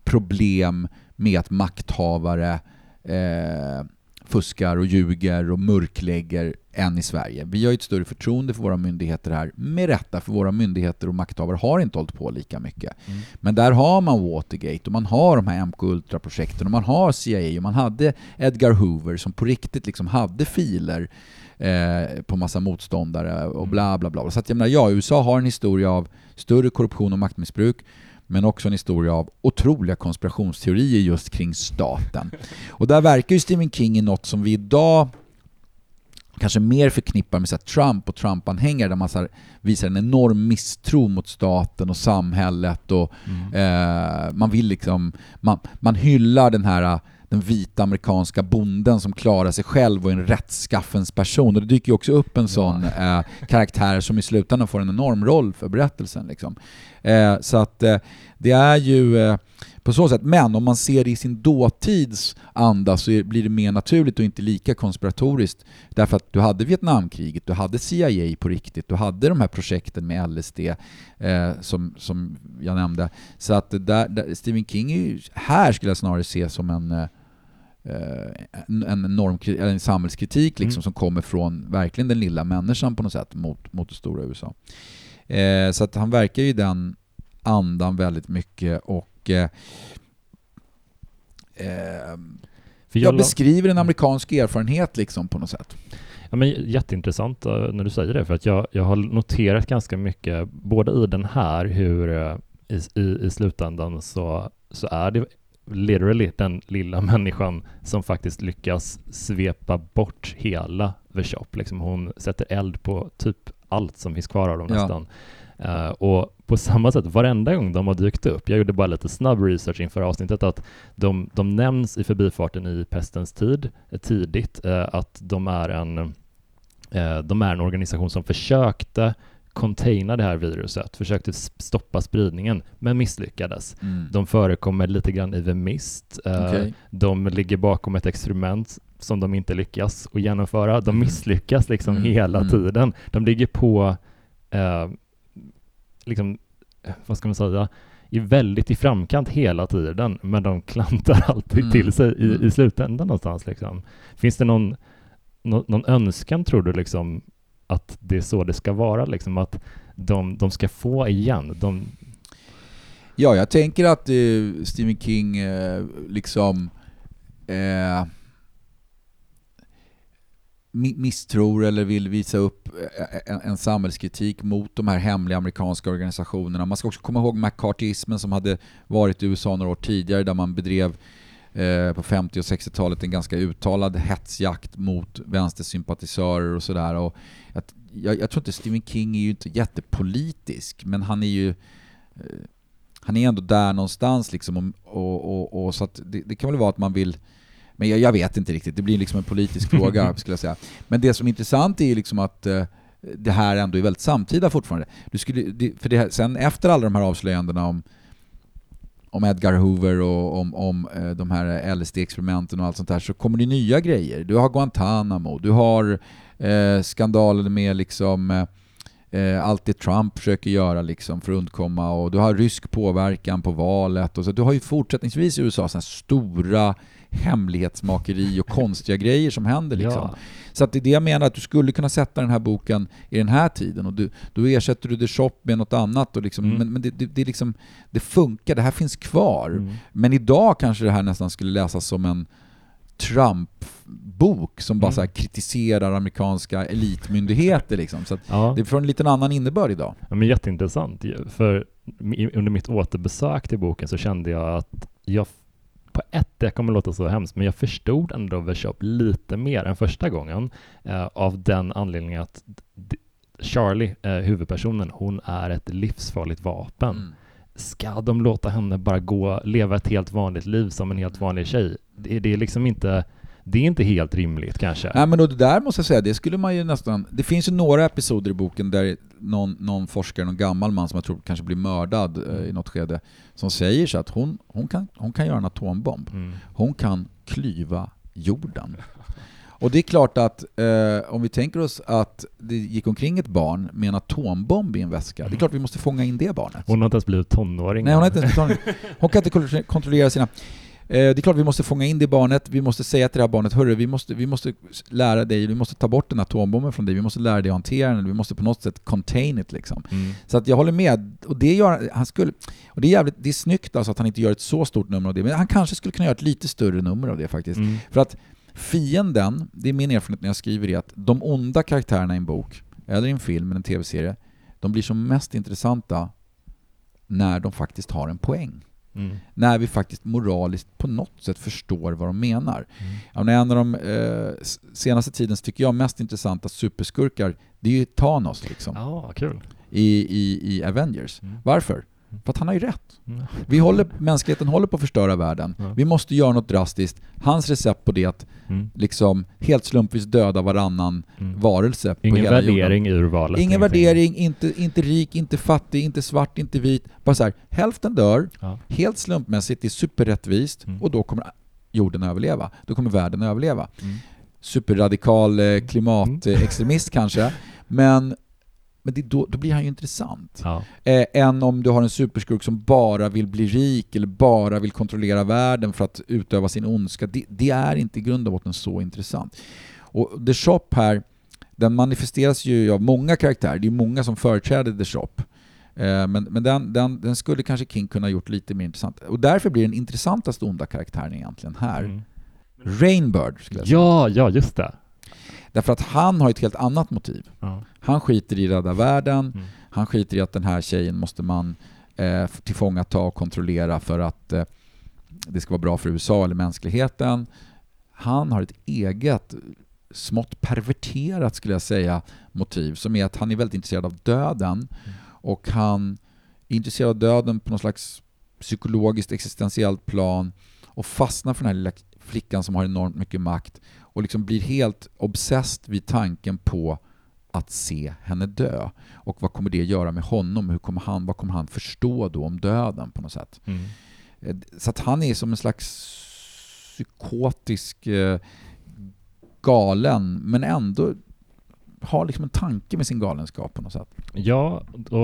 problem med att makthavare eh, fuskar och ljuger och mörklägger än i Sverige. Vi har ju ett större förtroende för våra myndigheter här. Med rätta, för våra myndigheter och makthavare har inte hållit på lika mycket. Mm. Men där har man Watergate och man har de här M K Ultra-projekten och man har C I A och man hade Edgar Hoover som på riktigt liksom hade filer eh, på massa motståndare och bla bla bla. Så att jag menar, ja, U S A har en historia av större korruption och maktmissbruk, men också en historia av otroliga konspirationsteorier just kring staten. Och där verkar ju Stephen King i något som vi idag kanske mer förknippar med så här Trump och Trump-anhängare, där man så här visar en enorm misstro mot staten och samhället och mm. eh, man vill liksom man, man hyllar den här den vita amerikanska bonden som klarar sig själv och är en rättskaffens person. Och det dyker ju också upp en sån eh, karaktär som i slutändan får en enorm roll för berättelsen. Liksom. Eh, så att eh, det är ju eh, på så sätt. Men om man ser det i sin dåtids anda så är, blir det mer naturligt och inte lika konspiratoriskt. Därför att du hade Vietnamkriget, du hade C I A på riktigt, du hade de här projekten med L S D eh, som, som jag nämnde. Så att där, där, Stephen King är ju, här skulle jag snarare se som en eh, en, en enorm eller en samhällskritik liksom, mm. som kommer från verkligen den lilla människan på något sätt mot, mot det stora U S A. Eh, så att han verkar ju i den andan väldigt mycket och eh, eh, jag, jag beskriver en amerikansk erfarenhet liksom på något sätt. Ja, men jätteintressant när du säger det, för att jag, jag har noterat ganska mycket både i den här hur i, i, i slutändan så, så är det literally den lilla människan som faktiskt lyckas svepa bort hela The Shop. Liksom hon sätter eld på typ allt som finns kvar av dem nästan. Ja. Uh, och på samma sätt, varenda gång de har dykt upp, jag gjorde bara lite snabb research inför avsnittet, att de, de nämns i förbifarten i Pestens tid tidigt, uh, att de är en uh, de är en organisation som försökte containa det här viruset, försökte stoppa spridningen, men misslyckades. Mm. De förekommer lite grann i The Mist. Okay. De ligger bakom ett experiment som de inte lyckas att genomföra. De misslyckas liksom mm. hela mm. tiden. De ligger på eh, liksom, vad ska man säga, är väldigt i framkant hela tiden, men de klantar alltid Mm. till sig i, Mm. i slutändan någonstans. Liksom. Finns det någon, nå, någon önskan, tror du, liksom, att det är så det ska vara? Liksom, att de, de ska få igen? De... Ja, jag tänker att eh, Stephen King eh, liksom eh, misstror eller vill visa upp en, en samhällskritik mot de här hemliga amerikanska organisationerna. Man ska också komma ihåg McCarthyismen som hade varit i U S A några år tidigare, där man bedrev eh, på femtio- och sextiotalet en ganska uttalad hetsjakt mot vänstersympatisörer och sådär. Och att, jag, jag tror inte Stephen King är ju inte jättepolitisk, men han är ju eh, han är ändå där någonstans liksom, och, och, och så att det, det kan väl vara att man vill. Men jag, jag vet inte riktigt, det blir liksom en politisk fråga skulle jag säga. Men det som är intressant är ju liksom att uh, det här ändå är väldigt samtida fortfarande. Du skulle, det, för det här, sen efter alla de här avslöjandena om, om Edgar Hoover och om, om uh, de här L S D-experimenten och allt sånt där, så kommer det nya grejer. Du har Guantanamo, du har uh, skandalen med liksom uh, Uh, allt det Trump försöker göra liksom för att undkomma, och du har rysk påverkan på valet, och så du har ju fortsättningsvis i U S A såna stora hemlighetsmakeri och konstiga grejer som händer liksom. Ja. Så att det är det jag menar, att du skulle kunna sätta den här boken i den här tiden, och du, då ersätter du The Shop med något annat och liksom, Mm. men, men det, det, det, liksom, det funkar, det här finns kvar. Mm. Men idag kanske det här nästan skulle läsas som en Trump-bok som bara Mm. så här kritiserar amerikanska elitmyndigheter liksom. Så att Ja. det får en liten annan innebörd idag. Ja, men jätteintressant. För i- under mitt återbesök till boken så kände jag att jag på ett, det kommer låta så hemskt, men jag förstod ändå The Shop lite mer än första gången, eh, av den anledningen att d- Charlie, eh, huvudpersonen, hon är ett livsfarligt vapen. Mm. Ska de låta henne bara gå, leva ett helt vanligt liv som en helt vanlig tjej? Det, det är liksom inte, det är inte helt rimligt kanske. Nej, men då, det där måste jag säga, det skulle man ju nästan. Det finns ju några episoder i boken där någon, någon forskare, någon gammal man som jag tror kanske blir mördad eh, i något skede, som säger så att hon, hon, kan, hon kan göra en atombomb. Mm. Hon kan klyva jorden. Och det är klart att eh, om vi tänker oss att det gick omkring ett barn med en atombomb i en väska, det är klart vi måste fånga in det barnet. Hon har inte ens blivit tonåring. Nej, hon har inte ens blivit tonåring. Hon kan inte kontrollera sina. Eh, det är klart vi måste fånga in det barnet. Vi måste säga till det här barnet, hörru, vi måste, vi måste lära dig, vi måste ta bort den atombomben från dig, vi måste lära dig att hantera den, vi måste på något sätt contain it liksom. Mm. Så att jag håller med, och det gör han skulle, och det är jävligt, det är snyggt alltså att han inte gör ett så stort nummer av det, men han kanske skulle kunna göra ett lite större nummer av det faktiskt. Mm. För att fienden, det är min erfarenhet när jag skriver det, att de onda karaktärerna i en bok eller i en film eller en tv-serie, de blir som mest intressanta när de faktiskt har en poäng. Mm. När vi faktiskt moraliskt på något sätt förstår vad de menar. Mm. Ja, men en av de eh, senaste tidens tycker jag mest intressanta superskurkar, det är ju Thanos liksom, Ja, kul. i, i, i Avengers. Mm. Varför? För att han har ju rätt. Mm. Vi håller, mänskligheten håller på att förstöra världen. Ja. Vi måste göra något drastiskt. Hans recept på det är att Mm. liksom helt slumpvis döda varannan Mm. varelse på Ingen hela värdering jorden. ur valet. Ingen ingenting. värdering, inte, inte rik, inte fattig, inte svart, inte vit. Bara så här, hälften dör, Ja. helt slumpmässigt, det är superrättvist, Mm. och då kommer jorden att överleva. Då kommer världen att överleva. Mm. Superradikal eh, klimatextremist kanske, men, men det, då, då blir han ju intressant. Ja. Eh, än om du har en superskurk som bara vill bli rik eller bara vill kontrollera världen för att utöva sin ondska. Det, det är inte i grund och botten så intressant. Och The Shop här, den manifesteras ju av många karaktärer. Det är många som företräder The Shop. Eh, men men den, den, den skulle kanske King kunna ha gjort lite mer intressant. Och därför blir den intressantaste onda karaktären egentligen här. Mm. Rainbird skulle jag säga. Ja, ja, just det. Därför att han har ett helt annat motiv. Ja. Han skiter i rädda världen. Mm. Han skiter i att den här tjejen måste man eh, tillfångata och kontrollera för att eh, det ska vara bra för U S A eller mänskligheten. Han har ett eget, smått perverterat skulle jag säga, motiv, som är att han är väldigt intresserad av döden. Mm. Och han är intresserad av döden på någon slags psykologiskt existentiellt plan och fastnar för den här lilla flickan som har enormt mycket makt och liksom blir helt obsessed vid tanken på att se henne dö. Och vad kommer det göra med honom? Hur kommer han, vad kommer han förstå då om döden på något sätt? Mm. Så att han är som en slags psykotisk eh, galen, men ändå har liksom en tanke med sin galenskap på något sätt. Ja, och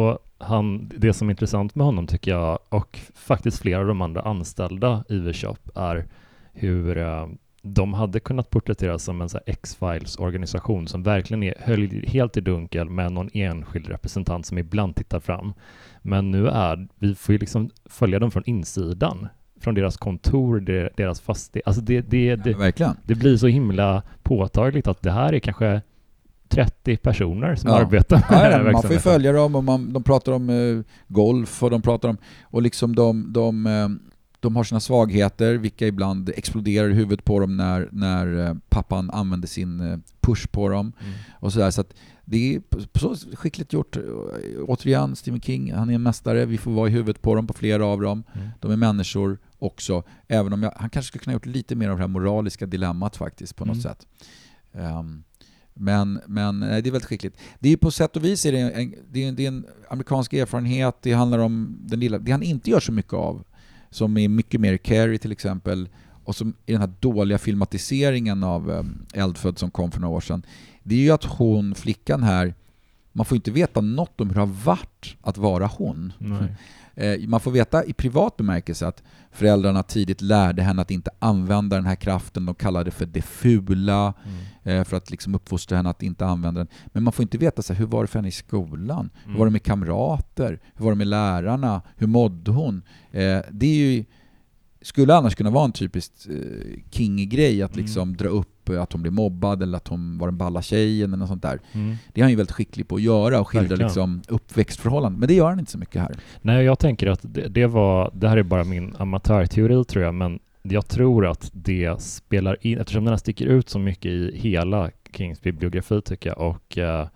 han, det som är intressant med honom tycker jag, och faktiskt flera av de andra anställda i The Shop, är hur uh, de hade kunnat porträtteras som en så här X-Files-organisation som verkligen är, höll helt i dunkel med någon enskild representant som ibland tittar fram. Men nu är, vi får ju liksom följa dem från insidan, från deras kontor, deras fastighet. Alltså det, det, det, ja, det blir så himla påtagligt att det här är kanske trettio personer som ja. arbetar med ja, den här man får ju följa dem, och man, de pratar om eh, golf, och de pratar om, och liksom de, de, eh, de har sina svagheter, vilka ibland exploderar i huvudet på dem när, när eh, pappan använder sin eh, push på dem. Mm. Och sådär, så att det är så skickligt gjort. Återigen, Stephen King, han är en mästare. Vi får vara i huvudet på dem, på flera av dem. Mm. De är människor också. Även om jag, han kanske skulle kunna ha gjort lite mer av det här moraliska dilemmat faktiskt på något mm. sätt. Um, men, men nej, det är väldigt skickligt. Det är på sätt och vis är det, en, det, är en, det är en amerikansk erfarenhet. Det handlar om den lilla, det han inte gör så mycket av, som är mycket mer Carrie till exempel, och som i den här dåliga filmatiseringen av um, Eldfödd som kom för några år sedan. Det är ju att hon, flickan här, man får inte veta något om hur det har varit att vara hon. Nej. Man får veta i privat bemärkelse att föräldrarna tidigt lärde henne att inte använda den här kraften. De kallade det för det fula, mm. för att liksom uppfostra henne att inte använda den. Men man får inte veta så här, hur var det för henne i skolan? Mm. Hur var det med kamrater? Hur var det med lärarna? Hur mådde hon? Det är ju, skulle annars kunna vara en typisk King-grej att liksom mm. dra upp att hon blev mobbad eller att hon var en balla tjejen eller något sånt där. Mm. Det är han ju väldigt skicklig på att göra och skildra liksom uppväxtförhållanden. Men det gör han inte så mycket här. Nej, jag tänker att det, det var, det här är bara min amatörteori tror jag, men jag tror att det spelar in, eftersom den här sticker ut så mycket i hela Kings bibliografi tycker jag, och eh,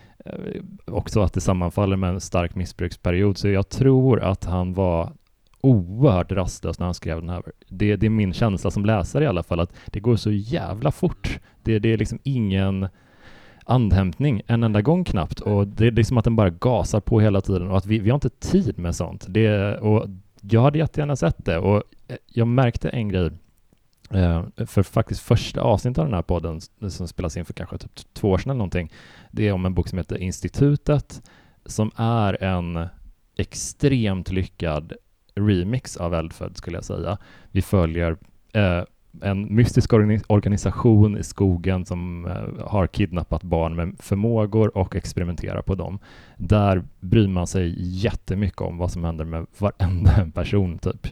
också att det sammanfaller med en stark missbruksperiod, så jag tror att han var oerhört rastlös när han skrev den här. Det, det är min känsla som läsare i alla fall, att det går så jävla fort. Det, det är liksom ingen andhämtning en enda gång knappt, och det är liksom att den bara gasar på hela tiden, och att vi, vi har inte tid med sånt. Det, och jag hade jättegärna sett det, och jag märkte en grej eh, för faktiskt första avsnittet av den här podden som spelas in för kanske typ två år sedan eller någonting. Det är om en bok som heter Institutet, som är en extremt lyckad remix av Eldfödd skulle jag säga. Vi följer eh, en mystisk organi- organisation i skogen som eh, har kidnappat barn med förmågor och experimenterar på dem. Där bryr man sig jättemycket om vad som händer med varenda person typ.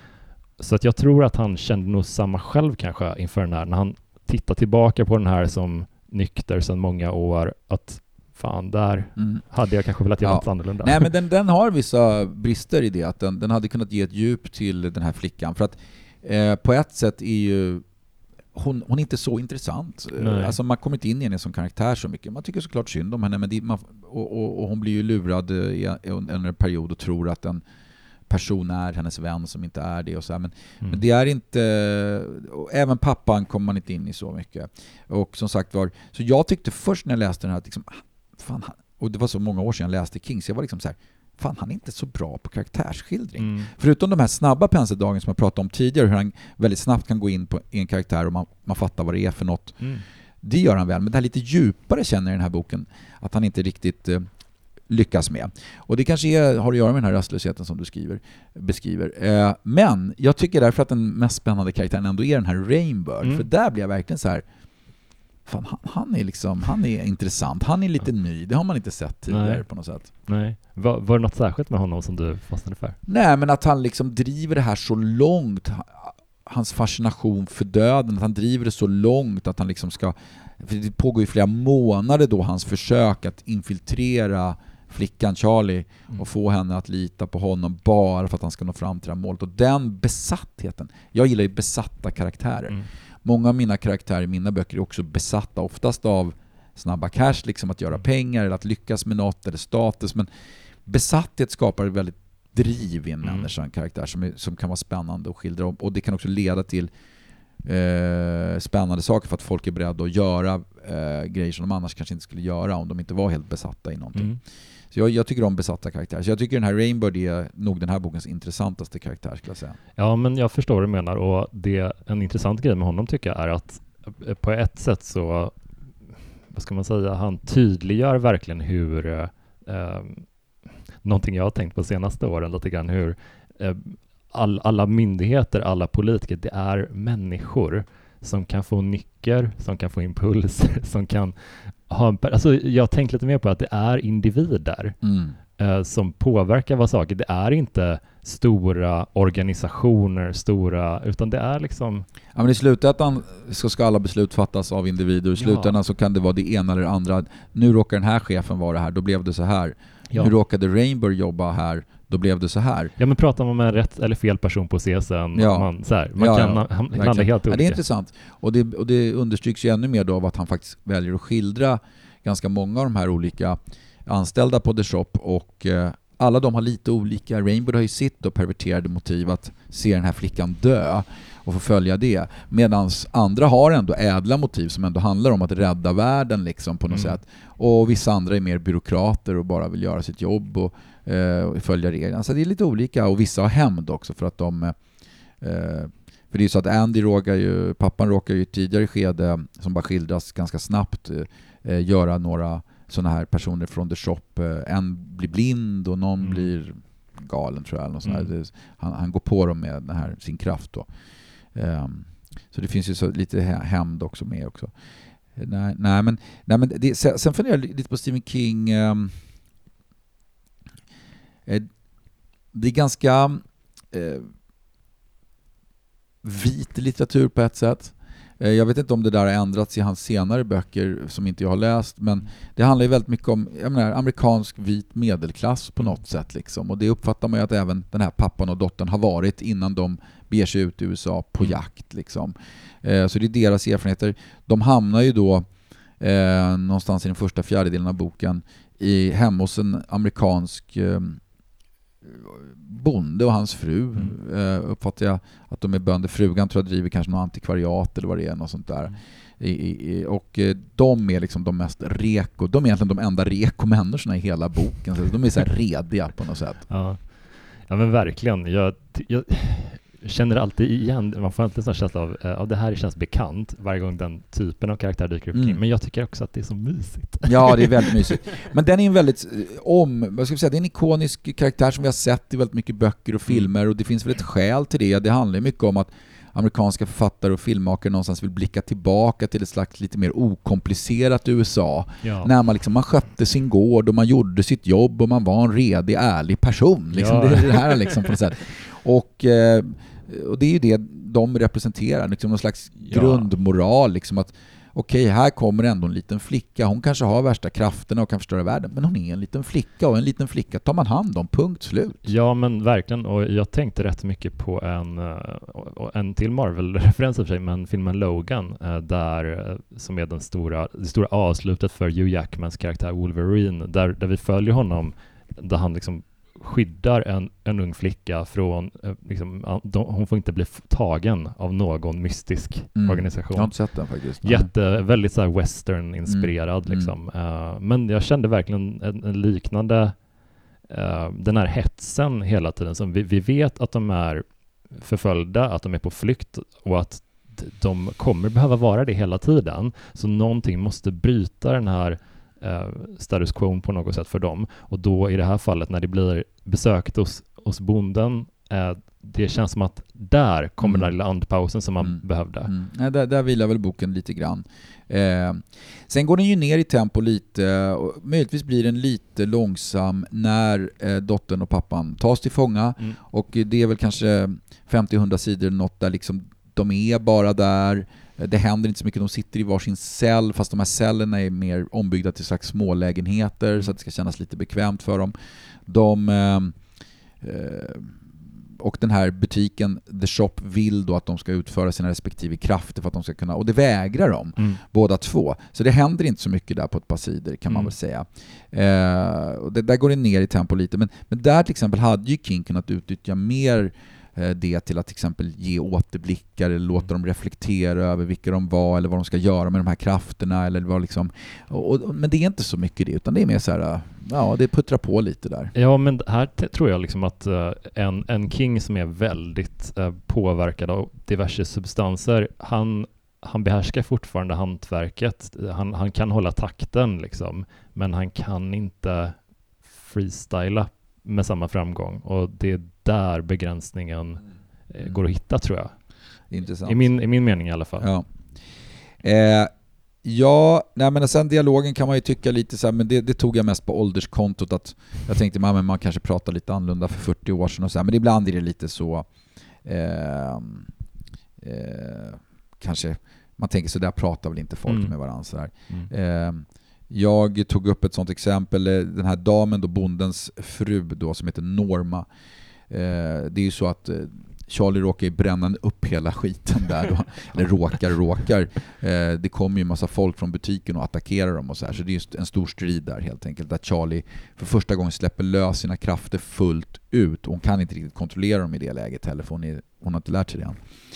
Så att jag tror att han kände nog samma själv kanske inför den här, när han tittar tillbaka på den här som nykter sedan många år, att fan, där mm. hade jag kanske velat göra ja. något annorlunda. Nej, men den, den har vissa brister i det. Att den, den hade kunnat ge ett djup till den här flickan. För att eh, på ett sätt är ju hon, hon är inte så intressant. Nej. Alltså man kommer inte in i henne som karaktär så mycket. Man tycker såklart synd om henne, men det, man, och, och, och hon blir ju lurad i en, en period och tror att en person är hennes vän som inte är det och så här. Men, mm. men det är inte, även pappan kommer man inte in i så mycket. Och som sagt var, så jag tyckte först när jag läste den här att liksom, fan, och det var så många år sedan jag läste King, så jag var liksom så här, fan, han är inte så bra på karaktärsskildring. Mm. Förutom de här snabba penseldragen som jag pratade om tidigare, hur han väldigt snabbt kan gå in på en karaktär och man, man fattar vad det är för något. Mm. Det gör han väl, men det här lite djupare känner jag i den här boken att han inte riktigt eh, lyckas med. Och det kanske är, har att göra med den här rastlösheten som du skriver, beskriver. Eh, men jag tycker därför att den mest spännande karaktären ändå är den här Rainbird. Mm. För där blir jag verkligen så här, fan, han, han är liksom, han är intressant. Han är lite ny. Det har man inte sett tidigare. Nej. På något sätt. Nej. Var, var det något särskilt med honom som du fastnade för? Nej, men att han liksom driver det här så långt. Hans fascination för döden. Att han driver det så långt att han liksom ska... För det pågår ju flera månader då hans försök att infiltrera flickan Charlie mm. och få henne att lita på honom bara för att han ska nå fram till det här målet. Och den besattheten. Jag gillar ju besatta karaktärer. Mm. Många av mina karaktärer i mina böcker är också besatta, oftast av snabba cash, liksom att göra pengar eller att lyckas med något eller status. Men besatthet skapar ett väldigt driv i en mm. människa, en karaktär som, är, som kan vara spännande och skildra. Och det kan också leda till eh, spännande saker för att folk är beredda att göra eh, grejer som de annars kanske inte skulle göra om de inte var helt besatta i någonting. Mm. Så jag, jag tycker om besatta karaktärer. Så jag tycker den här Rainbird är nog den här bokens intressantaste karaktär, skulle jag säga. Ja, men jag förstår vad du menar. Och det, en intressant grej med honom tycker jag är att på ett sätt så, vad ska man säga, han tydliggör verkligen hur eh, någonting jag har tänkt på senaste åren lite grann, hur eh, all, alla myndigheter, alla politiker, det är människor som kan få nycker, som kan få impulser, som kan ha en, alltså jag har tänkt lite mer på att det är individer Mm. eh, som påverkar vad saker, det är inte stora organisationer, stora, utan det är liksom... Ja, men i slutändan så ska alla beslut fattas av individer. I slutändan Ja. så kan det vara det ena eller det andra. Nu råkar den här chefen vara här, då blev det så här. Ja. Nu råkade Rainbow jobba här, då blev det så här. Ja, men pratar man med rätt eller fel person på C S N, Ja. man, så här, man Ja, kan ja. ham- landa Verkligen. helt Ja, olika. det är intressant. Och det, och det understryks ju ännu mer då av att han faktiskt väljer att skildra ganska många av de här olika anställda på The Shop, och eh, alla de har lite olika. Rainbow har ju sitt och perverterade motiv att se den här flickan dö och få följa det. Medan andra har ändå ädla motiv som ändå handlar om att rädda världen liksom på något Mm. sätt. Och vissa andra är mer byråkrater och bara vill göra sitt jobb och, eh, och följa reglerna. Så det är lite olika, och vissa har hämnd också för att de... Eh, för det är ju så att Andy råkar ju, pappan råkar ju i ett tidigare skede, som bara skildras ganska snabbt, eh, göra några sådana här personer från The Shop. Eh, en blir blind och någon Mm. blir galen, tror jag. Eller något sånt Mm. där. Det, han, han går på dem med den här, sin kraft då. Um, så det finns ju så lite hämnd också med också. Nej, nej men, nej, men det, sen, sen funderar jag lite på Stephen King. Um, eh, det är ganska eh, vit litteratur på ett sätt. Eh, jag vet inte om det där har ändrats i hans senare böcker som inte jag har läst, men det handlar ju väldigt mycket om, jag menar, amerikansk vit medelklass på något sätt liksom. Och det uppfattar man ju att även den här pappan och dottern har varit innan de beger sig ut i U S A på Mm. jakt liksom. Eh, så det är deras erfarenheter. De hamnar ju då eh, någonstans i den första fjärdedelen av boken i hemma hos en amerikansk eh, bonde och hans fru. Mm. Eh, uppfattar jag att de är bönder. Frugan tror jag driver kanske någon antikvariat eller vad det är, något sånt där. Mm. I, i, och eh, de är liksom de mest reko, de är egentligen de enda reko-människorna i hela boken. Så de är så här rediga på något sätt. Ja, ja men verkligen. Jag, jag känner alltid igen, man får alltid en sån känsla av att uh, det här känns bekant varje gång den typen av karaktär dyker upp. Mm. Men jag tycker också att det är så mysigt. Ja, det är väldigt mysigt. Men den är en väldigt om, vad ska vi säga, det är en ikonisk karaktär som vi har sett i väldigt mycket böcker och filmer, och det finns väl ett skäl till det. Det handlar mycket om att amerikanska författare och filmmakare någonstans vill blicka tillbaka till ett slags lite mer okomplicerat U S A. Ja. När man, liksom, man skötte sin gård och man gjorde sitt jobb och man var en redig, ärlig person. Liksom. Ja. Det är det här liksom, på något sätt. Och, eh, och det är ju det de representerar, liksom någon slags Ja. grundmoral. Liksom, att okej, okay, här kommer ändå en liten flicka. Hon kanske har värsta krafterna och kan förstöra världen, men hon är en liten flicka, och en liten flicka tar man hand om, punkt slut. Ja, men verkligen. Och jag tänkte rätt mycket på en, uh, en till Marvel-referens i och för sig, men filmen Logan, uh, där, uh, som är den stora, det stora avslutet för Hugh Jackmans karaktär Wolverine, där, där vi följer honom, där han liksom skyddar en, en ung flicka från, uh, liksom, de, hon får inte bli tagen av någon mystisk Mm. organisation. Jag har inte sett den faktiskt. Jätte, väldigt så här western-inspirerad Mm. liksom. Uh, men jag kände verkligen en, en liknande uh, den här hetsen hela tiden, som vi, vi vet att de är förföljda, att de är på flykt och att de kommer behöva vara det hela tiden. Så någonting måste bryta den här uh, status quo på något sätt för dem. Och då i det här fallet när det blir besökt hos, hos bonden, uh, det känns som att där kommer Mm. den där lilla andpausen som man Mm. behövde. Mm. Nej, där, där vilar väl boken lite grann. Eh, sen går den ju ner i tempo lite, och möjligtvis blir den lite långsam när eh, dottern och pappan tas till fånga. Mm. Och det är väl kanske femtio till hundra sidor något där liksom de är bara där. Det händer inte så mycket, de sitter i varsin cell, fast de här cellerna är mer ombyggda till slags smålägenheter mm. så att det ska kännas lite bekvämt för dem. De... Eh, eh, och den här butiken, The Shop, vill då att de ska utföra sina respektive krafter för att de ska kunna, och det vägrar de, Mm. båda två. Så det händer inte så mycket där på ett par sidor, kan man Mm. väl säga. Eh, och det, där går det ner i tempo lite, men, men där till exempel hade ju King kunnat utnyttja mer eh, det till att till exempel ge återblickar eller låta dem reflektera över vilka de var eller vad de ska göra med de här krafterna eller vad liksom, och, och, men det är inte så mycket det, utan det är mer så här, ja, det puttrar på lite där. Ja, men här t- tror jag liksom att uh, en, en King som är väldigt uh, påverkad av diverse substanser, han, han behärskar fortfarande hantverket. Han, han kan hålla takten liksom, men han kan inte freestyla med samma framgång. Och det är där begränsningen eh, går att hitta, tror jag. Intressant. I min, i min mening i alla fall. Ja. Eh, ja, nej, men sen dialogen kan man ju tycka lite så här, men det, det tog jag mest på ålderskontot, att jag tänkte man, man kanske pratar lite annorlunda för fyrtio år sedan och så här, men ibland är det lite så eh, eh, kanske man tänker så där pratar väl inte folk mm. med varandra så där. Mm. Eh, jag tog upp ett sånt exempel, den här damen då, bondens fru då, som heter Norma. Eh, det är ju så att eh, Charlie råkar ju bränna upp hela skiten där då. Eller råkar, råkar. Eh, det kommer ju en massa folk från butiken och attackerar dem och så här. Så det är ju en stor strid där helt enkelt. Där Charlie för första gången släpper lös sina krafter fullt ut. Och hon kan inte riktigt kontrollera dem i det läget heller, för hon, är, hon har inte lärt sig det än.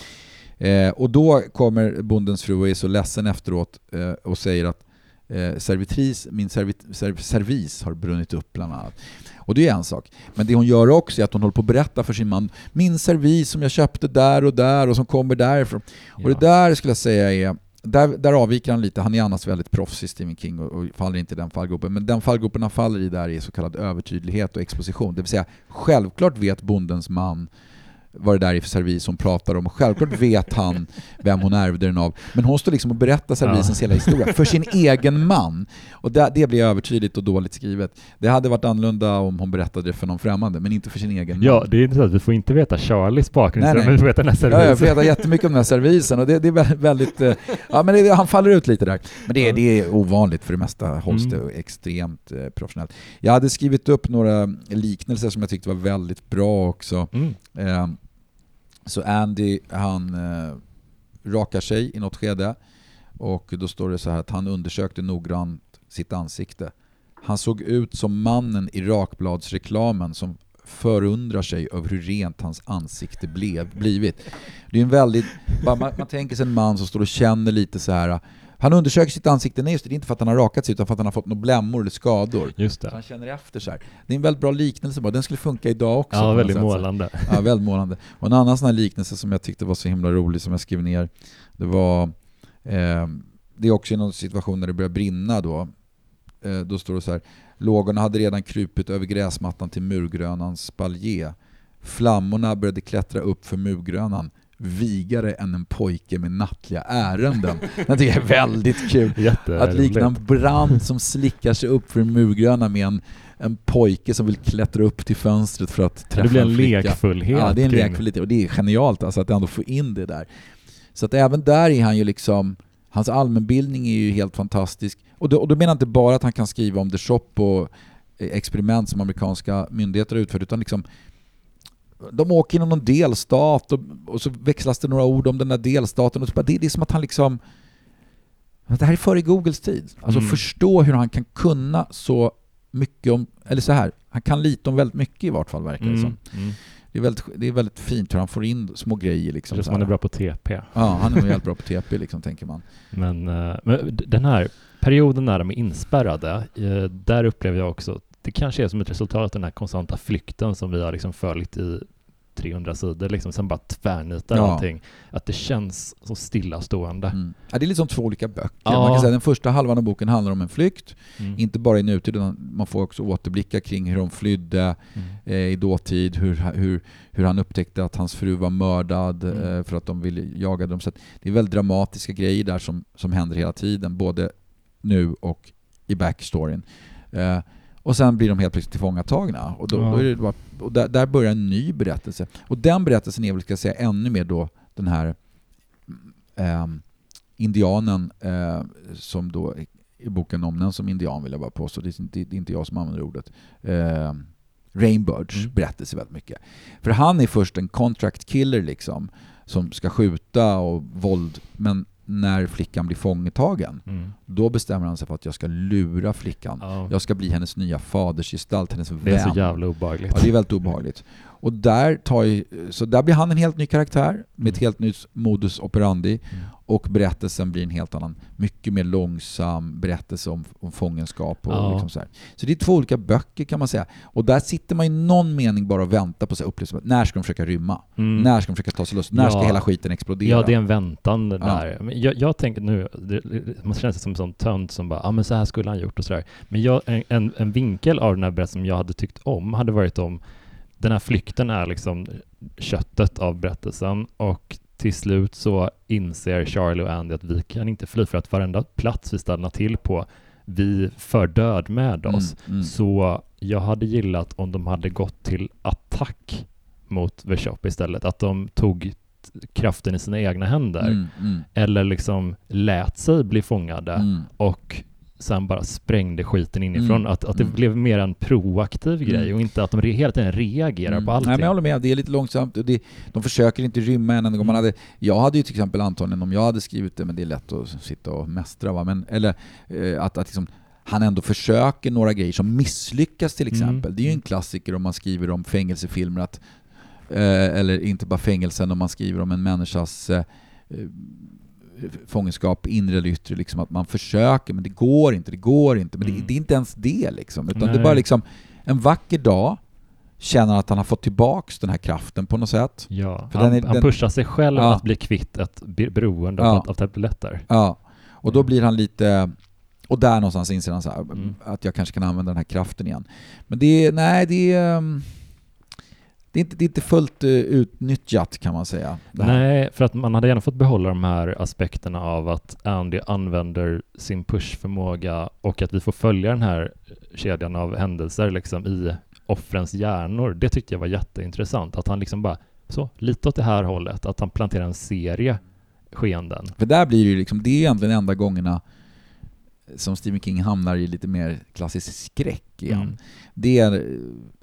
Eh, och då kommer bondens fru och är så ledsen efteråt eh, och säger att eh, servitris, min servit, serv, servis har brunnit upp bland annat. Och det är en sak. Men det hon gör också är att hon håller på att berätta för sin man, min servis som jag köpte där och där och som kommer därifrån. Ja. Och det där skulle jag säga är, där, där avviker han lite. Han är annars väldigt proffsig, Stephen King, och, och faller inte i den fallgropen. Men den fallgropen han faller i där är så kallad övertydlighet och exposition. Det vill säga, självklart vet bondens man vad det där är för servis hon pratar om. Och självklart vet han vem hon ärvde den av. Men hon står liksom och berättar servisens ja. hela historia för sin egen man. Och det, det blir övertydligt och dåligt skrivet. Det hade varit annorlunda om hon berättade det för någon främmande, men inte för sin egen man. Ja, det är inte så att vi får inte veta Charlies bakgrund, men vi får veta den här servisen. Ja, jag får veta jättemycket om den här servisen. Och det, det är väldigt, väldigt ja, men det, han faller ut lite där. Men det, det är ovanligt, för det mesta hålls det mm. extremt eh, professionellt. Jag hade skrivit upp några liknelser som jag tyckte var väldigt bra också. Mm. Eh, Så Andy, han eh, rakar sig i något skede, och då står det så här att han undersökte noggrant sitt ansikte. Han såg ut som mannen i rakbladsreklamen som förundrar sig över hur rent hans ansikte blev, blivit. Det är en väldigt, man, man tänker sig en man som står och känner lite så här. Han undersöker sitt ansikte, nej just det, det är inte för att han har rakat sig utan för att han har fått några blämmor eller skador. Just det. Så han känner efter så här. Det är en väldigt bra liknelse bara. Den skulle funka idag också. Ja, väldigt målande. Ja, väldigt målande. Och en annan sån här liknelse som jag tyckte var så himla rolig, som jag skrev ner, det var eh, det är också i någon situation när det börjar brinna då. Eh, då står det så här: lågorna hade redan krupit över gräsmattan till murgrönans spalje. Flammorna började klättra upp för murgrönan, vigare än en pojke med nattliga ärenden. Det tycker jag är väldigt kul. Att likna en brand som slickar sig upp för en murgröna med en, en pojke som vill klättra upp till fönstret för att träffa en flicka. Det blir en lekfullhet. Ja, det är en lekfullhet, och det är genialt alltså, att ändå få in det där. Så att även där är han ju liksom, hans allmänbildning är ju helt fantastisk. Och då, och då menar jag inte bara att han kan skriva om The Shop och experiment som amerikanska myndigheter har utfört, utan liksom de åker inom någon delstat och, och så växlas det några ord om den där delstaten. Och så bara, det, det är som att han liksom, det här är före Googles tid. Alltså mm. förstå hur han kan kunna så mycket om, eller så här, han kan lite om väldigt mycket i vart fall, verkar det som. Mm. Mm. Det är, väldigt, det är väldigt fint hur han får in små grejer. Liksom, det är som han är bra på T P. Ja, han är väldigt bra på T P, liksom, tänker man. Men, uh, men den här perioden när de är inspärrade, uh, där upplever jag också, det kanske är som ett resultat av den här konstanta flykten som vi har liksom följt i trehundra sidor, liksom, sen bara tvärnitar ja. allting. Att det känns så stillastående. Mm. Ja, det är liksom två olika böcker. Ja. Man kan säga den första halvan av boken handlar om en flykt. Mm. Inte bara i nutid, utan man får också återblicka kring hur de flydde mm. eh, i dåtid. Hur, hur, hur han upptäckte att hans fru var mördad mm. eh, för att de ville jaga dem. Så att det är väldigt dramatiska grejer där som, som händer hela tiden. Både nu och i backstoryn. Eh, Och sen blir de helt plötsligt tillfångatagna. Och, då, ja. då är det bara, och där, där börjar en ny berättelse. Och den berättelsen är väl, ska jag säga, ännu mer då den här eh, indianen eh, som då i boken omnämns som indian, vill jag bara påstå. Det är inte, det är inte jag som använder ordet. Eh, Rainbirds mm. berättelse väldigt mycket. För han är först en contract killer liksom, som ska skjuta och våld, men när flickan blir fångetagen, mm. då bestämmer han sig för att jag ska lura flickan. Oh. Jag ska bli hennes nya fadersgestalt, hennes vän. Det är så jävla obehagligt. Ja, det är väldigt obehagligt. Och där, tar ju, så där blir han en helt ny karaktär med ett Mm. helt nytt modus operandi. Mm. Och berättelsen blir en helt annan, mycket mer långsam berättelse om, om fångenskap. Och Ja. liksom så här. Så det är två olika böcker kan man säga. Och där sitter man i någon mening bara och väntar på sig upplevelsen. När ska de försöka rymma? Mm. När ska de försöka ta sig loss? När Ja. ska hela skiten explodera? Ja, det är en väntan Ja. där. Men jag, jag tänker nu, det, det man känns som en sån tönt som bara, ja ah, men så här skulle han gjort och sådär. Men jag, en, en, en vinkel av den här berättelsen som jag hade tyckt om hade varit om den här flykten är liksom köttet av berättelsen, och till slut så inser Charlie och Andy att vi kan inte fly, för att varenda plats vi stannar till på, vi för död med oss. Mm, mm. Så jag hade gillat om de hade gått till attack mot The Shop istället. Att de tog t- kraften i sina egna händer. Mm, mm, Eller liksom lät sig bli fångade mm. och sen bara sprängde skiten inifrån. Mm, Att, att det mm. blev mer en proaktiv Mm. grej och inte att de re- hela tiden reagerar Mm. på allting. Nej, men jag håller med, det är lite långsamt. Och det, de försöker inte rymma en enda gång. Man hade, jag hade ju till exempel antagligen, om jag hade skrivit det, men det är lätt att sitta och mästra, va? Men, eller eh, att, att liksom, han ändå försöker några grejer som misslyckas till exempel. Mm. Det är ju en klassiker om man skriver om fängelsefilmer, att, eh, eller inte bara fängelsen, om man skriver om en människas eh, fångenskap, inre eller yttre, liksom, att man försöker, men det går inte, det går inte, men Mm. det, det är inte ens det liksom, utan Nej. det är bara liksom en vacker dag känner att han har fått tillbaks den här kraften på något sätt. Ja, För han, den är- han den- pushar sig själv Ja. att bli kvitt ett be- beroende Ja. av, av tabletter. Ja, och då blir han lite, och där någonstans inser han så här, Mm. att jag kanske kan använda den här kraften igen. Men det är, nej, det är, um, det är inte, det är inte fullt uh, utnyttjat kan man säga. Det här. Nej, för att man hade gärna fått behålla de här aspekterna av att Andy använder sin pushförmåga och att vi får följa den här kedjan av händelser liksom i offrens hjärnor. Det tyckte jag var jätteintressant. Att han liksom bara, så, lite åt det här hållet. Att han planterar en serie skeenden. För där blir det ju liksom, det är egentligen enda gångerna som Stephen King hamnar i lite mer klassisk skräck igen. Mm. Det är eh,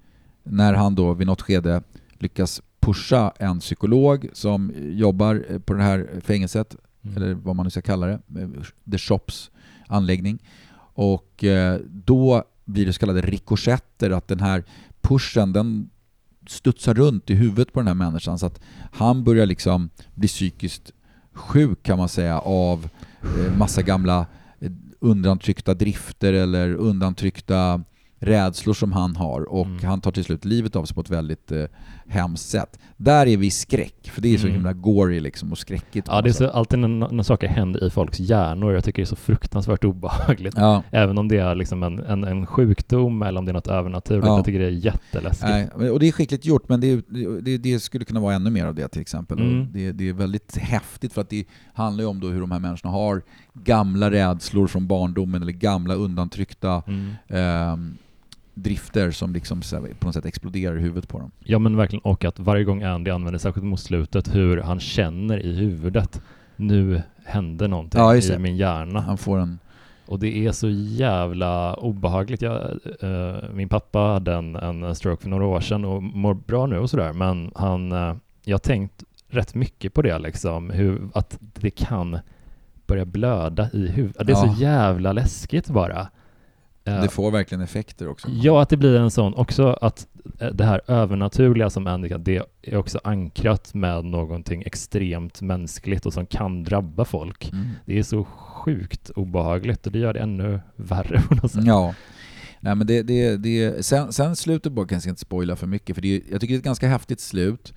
när han då vid något skede lyckas pusha en psykolog som jobbar eh, på det här fängelset, Mm. eller vad man nu ska kalla det, eh, The Shops anläggning. Och eh, då blir det så kallade rikoschetter, att den här pushen, den studsar runt i huvudet på den här människan, så att han börjar liksom bli psykiskt sjuk kan man säga av eh, massa gamla eh, undantryckta drifter eller undantryckta rädslor som han har, och Mm. han tar till slut livet av sig på ett väldigt eh, hemskt sätt. Där är vi i skräck, för det är så Mm. himla gory liksom och skräckigt. på Ja, något det är sätt. så, alltid när, när saker händer i folks hjärnor. Jag tycker det är så fruktansvärt obehagligt. Ja. Även om det är liksom en, en, en sjukdom eller om det är något övernaturligt. Ja. Jag tycker det är jätteläskigt. Nej, och det är skickligt gjort, men det, det, det skulle kunna vara ännu mer av det till exempel. Mm. Och det, det är väldigt häftigt, för att det handlar ju om då hur de här människorna har gamla rädslor från barndomen eller gamla undantryckta Mm. eh, drifter som liksom så här, på något sätt exploderar i huvudet på dem. Ja, men verkligen. Och att varje gång Andy använder, särskilt mot slutet, hur han känner i huvudet, nu händer någonting Ja, just i det. min hjärna. Han får en... Och det är så jävla obehagligt. Jag, eh, min pappa hade en, en stroke för några år sedan och mår bra nu och sådär. Men han, eh, jag har tänkt rätt mycket på det liksom. Hur, att det kan börja blöda i huvudet. Det är Ja. så jävla läskigt bara. Eh, Det får verkligen effekter också. Ja, att det blir en sån också, att eh, det här övernaturliga som Andy, det är också ankrat med någonting extremt mänskligt och som kan drabba folk. Mm. Det är så sjukt obehagligt och det gör det ännu värre på något sätt. Ja. Nej, men det, det, det, sen, sen slutet bara kanske inte spoila för mycket, för det är, jag tycker det är ett ganska häftigt slut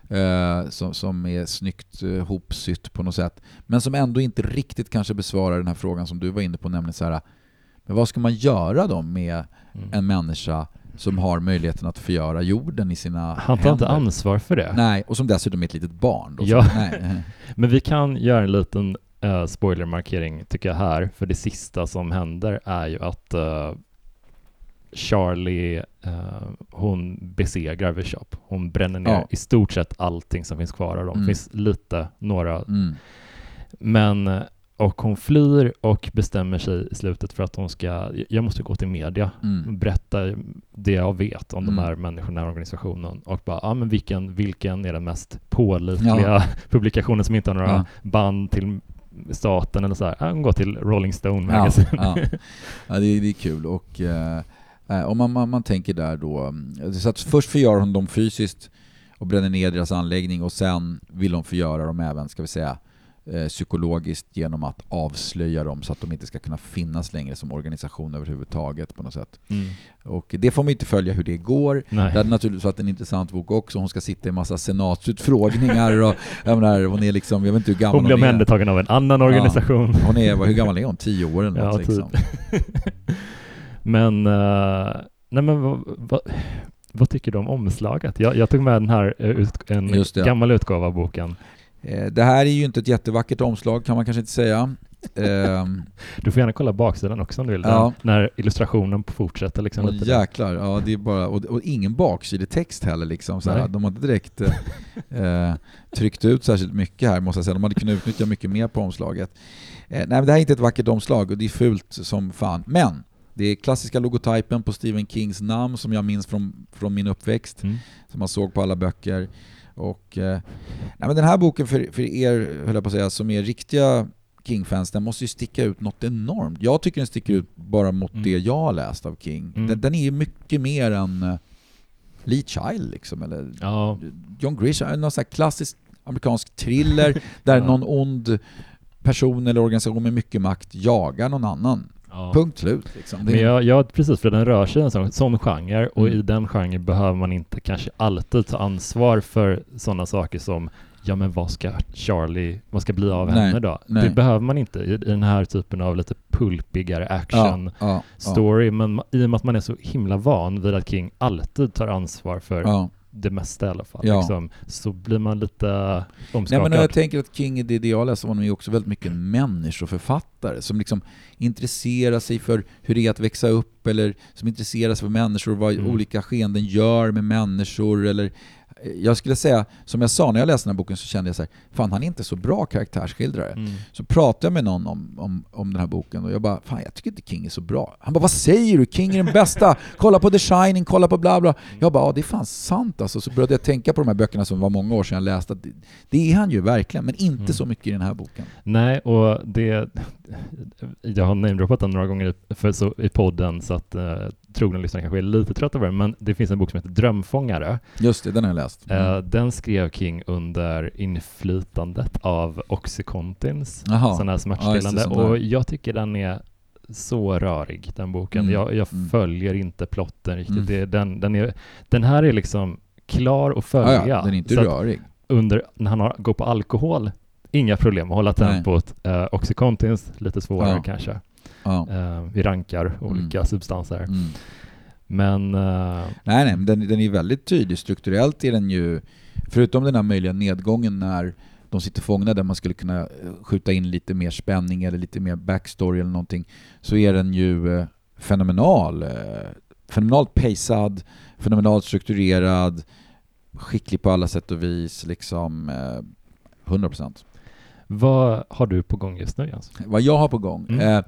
eh, som, som är snyggt eh, hopsytt på något sätt, men som ändå inte riktigt kanske besvarar den här frågan som du var inne på, nämligen så här, men vad ska man göra då med Mm. en människa som har möjligheten att förgöra jorden i sina Han tar händer? inte ansvar för det. Nej, och som dessutom är ett litet barn då, Ja. så, nej. Men vi kan göra en liten uh, spoilermarkering tycker jag här, för det sista som händer är ju att uh, Charlie, uh, hon besegrar The Shop. Hon bränner ner Ja. i stort sett allting som finns kvar av dem. Mm. Det finns lite, några, Mm. men uh, och hon flyr och bestämmer sig i slutet för att hon ska, jag måste gå till media, Mm. berätta det jag vet om Mm. de här människorna i organisationen och bara, ja men vilken, vilken är den mest pålitliga Ja. publikationen som inte har några Ja. band till staten eller så här. Ja, hon går till Rolling Stone Ja, Magazine. ja. Ja, det, är, det är kul. Och eh, om man, man, man tänker där då, så att först förgör hon dem fysiskt och bränner ner deras anläggning och sen vill de förgöra dem även, ska vi säga, eh, psykologiskt genom att avslöja dem så att de inte ska kunna finnas längre som organisation överhuvudtaget på något sätt. Mm. Och det får man inte följa hur det går. Nej. Det är naturligtvis varit en intressant bok också. Hon ska sitta i en massa senatsutfrågningar och jag menar, hon är liksom, jag vet inte hur gammal hon blir hon är. omhändertagen av en annan organisation. Ja, hon är, hur gammal är hon? Tio år eller något Ja, liksom. Men, uh, nej men vad, vad, vad tycker du om omslaget? Jag, jag tog med den här, ut, en gammal utgåva av boken. Eh, det här är ju inte ett jättevackert omslag kan man kanske inte säga. Um, du får gärna kolla baksidan också om du vill. Ja. När illustrationen fortsätter liksom. Och jäklar, ja, det är bara, och, och ingen baksidetext heller liksom, så här, de har inte direkt eh, tryckt ut särskilt mycket här måste jag säga. De hade kunnat utnyttja mycket mer på omslaget. Eh, nej, men det här är inte ett vackert omslag och det är fult som fan. Men det är klassiska logotypen på Stephen Kings namn som jag minns från, från min uppväxt. Mm. Som man såg på alla böcker. Och eh, nej, men den här boken för, för er, höll jag på att säga, som är riktiga King-fans, den måste ju sticka ut något enormt. Jag tycker den sticker ut bara mot mm. det jag har läst av King. Mm. Den, den är ju mycket mer än uh, Lee Child liksom, eller ja. John Grisham, någon sån här klassisk amerikansk thriller där ja. någon ond person eller organisation med mycket makt jagar någon annan. Ja. Punkt slut. Liksom. Men jag, jag, precis, för den rör sig i en sån, sån genre och mm. i den genren behöver man inte kanske alltid ta ansvar för sådana saker som ja men vad ska Charlie, vad ska bli av nej, henne då? Nej. Det behöver man inte i, i den här typen av lite pulpigare action ja, ja, story. Ja. Men i och med att man är så himla van vid att King alltid tar ansvar för ja. det mesta i alla fall. Ja. Liksom, så blir man lite omskakad. Nej, men jag tänker att King är det, det jag läser, honom är också väldigt mycket en människoförfattare som liksom intresserar sig för hur det är att växa upp eller som intresserar sig för människor, vad mm. olika skeenden gör med människor eller jag skulle säga, som jag sa när jag läste den här boken så kände jag så här, fan han är inte så bra karaktärsskildrare. Mm. Så pratade jag med någon om, om, om den här boken och jag bara, fan jag tycker inte King är så bra. Han bara, vad säger du? King är den bästa. Kolla på The Shining, kolla på bla bla. Jag bara, ja det är fan sant alltså. Så började jag tänka på de här böckerna som var många år sedan jag läste. Att det, det är han ju verkligen, men inte mm. så mycket i den här boken. Nej, och det jag har namedroppat den några gånger i, för, så, i podden så att eh, trogna lyssnare kanske är lite trötta över den, men det finns en bok som heter Drömfångare. Just det, den har jag läst. Mm. Eh, den skrev King under inflytandet av Oxycontins, sån här smärtstillande. Ja, och jag tycker den är så rörig, den boken. Mm. Jag, jag mm. följer inte plotten riktigt. Mm. Det, den, den, är, den här är liksom klar att följa. Ja, ja, den är inte rörig. Under, när han har, går på alkohol, inga problem att hålla tempot. Uh, Oxycontins, lite svårare ja. kanske. Ja. Uh, vi rankar mm. olika substanser. Mm. Men... Uh, nej, nej, men den, den är väldigt tydlig. Strukturellt är den ju, förutom den här möjliga nedgången när de sitter fångna där man skulle kunna skjuta in lite mer spänning eller lite mer backstory eller någonting, så är den ju uh, fenomenal. Uh, fenomenalt pacad, fenomenalt strukturerad, skicklig på alla sätt och vis, liksom uh, hundra procent. Vad har du på gång just nu, Jens? Vad jag har på gång? Mm. Eh,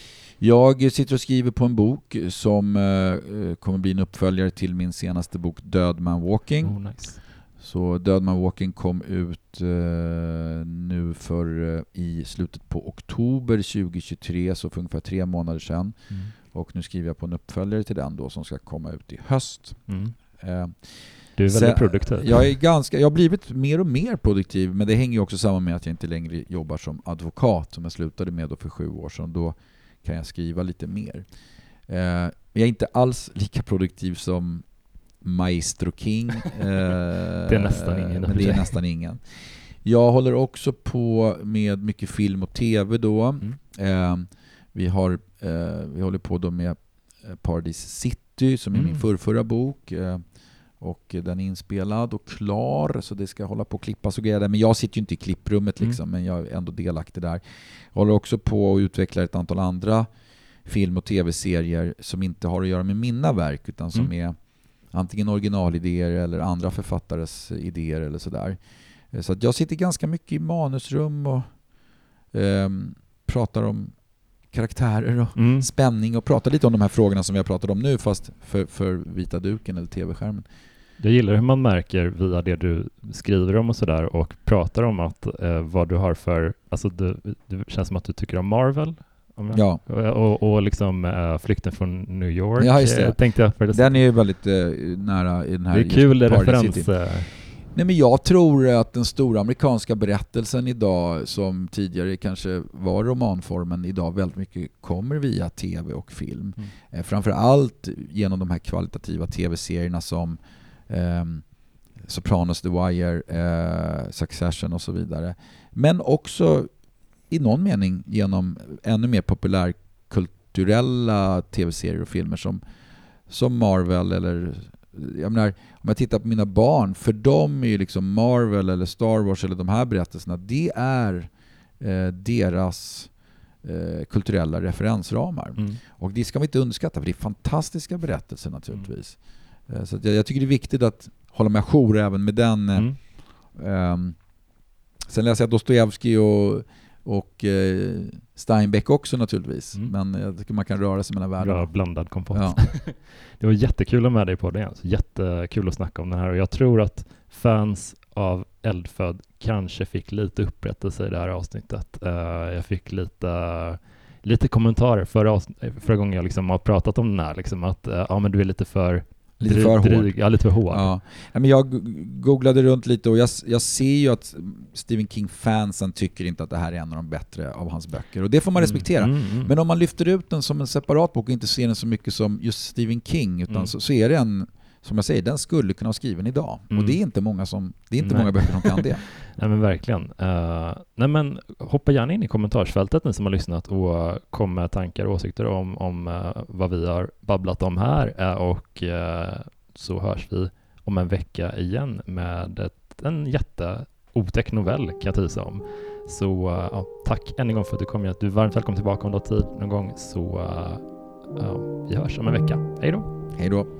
jag sitter och skriver på en bok som eh, kommer bli en uppföljare till min senaste bok Död Man Walking. Oh, nice. Så Död Man Walking kom ut eh, nu för eh, i slutet på oktober tjugohundratjugotre, så för ungefär tre månader sedan. Mm. Och nu skriver jag på en uppföljare till den då som ska komma ut i höst. Mm. Eh, Du är väldigt Sen, produktiv. Jag, är ganska, jag har blivit mer och mer produktiv, men det hänger ju också samman med att jag inte längre jobbar som advokat som jag slutade med då för sju år sedan. Då kan jag skriva lite mer. Eh, jag är inte alls lika produktiv som Maestro King. Eh, det är nästan ingen. Men det är nästan ingen. Jag håller också på med mycket film och tv då. Mm. Eh, vi, har, eh, vi håller på då med Paradise City som är mm. min förrförra bok. Eh, Och den är inspelad och klar, så det ska hålla på att klippas och grejer där. Men jag sitter ju inte i klipprummet liksom, mm. men jag är ändå delaktig där. Jag håller också på att utveckla ett antal andra film- och tv-serier som inte har att göra med mina verk, utan som mm. är antingen originalidéer eller andra författares idéer eller sådär. Så att jag sitter ganska mycket i manusrum och eh, pratar om karaktärer och mm. spänning och pratar lite om de här frågorna som jag pratat om nu, fast för, för vita duken eller tv-skärmen. Jag gillar hur man märker via det du skriver om och sådär och pratar om att eh, vad du har för, alltså det, det känns som att du tycker om Marvel. Om ja. Och, och liksom äh, Flykten från New York. Ja, just det. Jag tänkte jag för det. Den är ju väldigt äh, nära i den här. Det är kul referens. City. Nej, men jag tror att den stora amerikanska berättelsen idag, som tidigare kanske var romanformen, idag väldigt mycket kommer via tv och film. Mm. Eh, framförallt genom de här kvalitativa tv-serierna som eh, Sopranos, The Wire, eh, Succession och så vidare. Men också i någon mening genom ännu mer populärkulturella tv-serier och filmer som, som Marvel eller... Jag menar, om jag tittar på mina barn, för dem är ju liksom Marvel eller Star Wars eller de här berättelserna, det är eh, deras eh, kulturella referensramar. Mm. Och det ska man inte underskatta, för det är fantastiska berättelser naturligtvis. Mm. Eh, så att jag, jag tycker det är viktigt att hålla mig ajour även med den. Mm. Eh, sen läser jag Dostojevskij och och eh, Steinbeck också naturligtvis. Mm. Men jag tycker man kan röra sig mellan världarna. Bra blandad kompott. Ja. Det var jättekul att med dig på det. Alltså, jättekul att snacka om det här. Och jag tror att fans av Eldfödd kanske fick lite upprättelse i det här avsnittet. Uh, jag fick lite, lite kommentarer förra, förra gången jag liksom har pratat om den här. Liksom att uh, ja, men du är lite för... Lite för hård. Dryg, ja, lite för hård. Ja. Ja, men jag googlade runt lite och jag, jag ser ju att Stephen King-fansen tycker inte att det här är en av de bättre av hans böcker. Och det får man respektera. Mm, mm, mm. Men om man lyfter ut den som en separat bok och inte ser den så mycket som just Stephen King, utan mm. så, så är det en, som jag säger, den skulle kunna ha skriven idag. Mm. Och det är inte många som det är inte många böcker som kan det. Nej, men verkligen. Uh, nej, men hoppa gärna in i kommentarsfältet ni som har lyssnat och kom med tankar och åsikter om, om uh, vad vi har babblat om här. Uh, och uh, så hörs vi om en vecka igen med ett, en jätteotäck novell kan jag tisa om. Så uh, uh, tack än en gång för att du kom hit. Du är varmt välkommen tillbaka om du har tid någon gång. Så uh, uh, vi hörs om en vecka. Hej då! Hej då!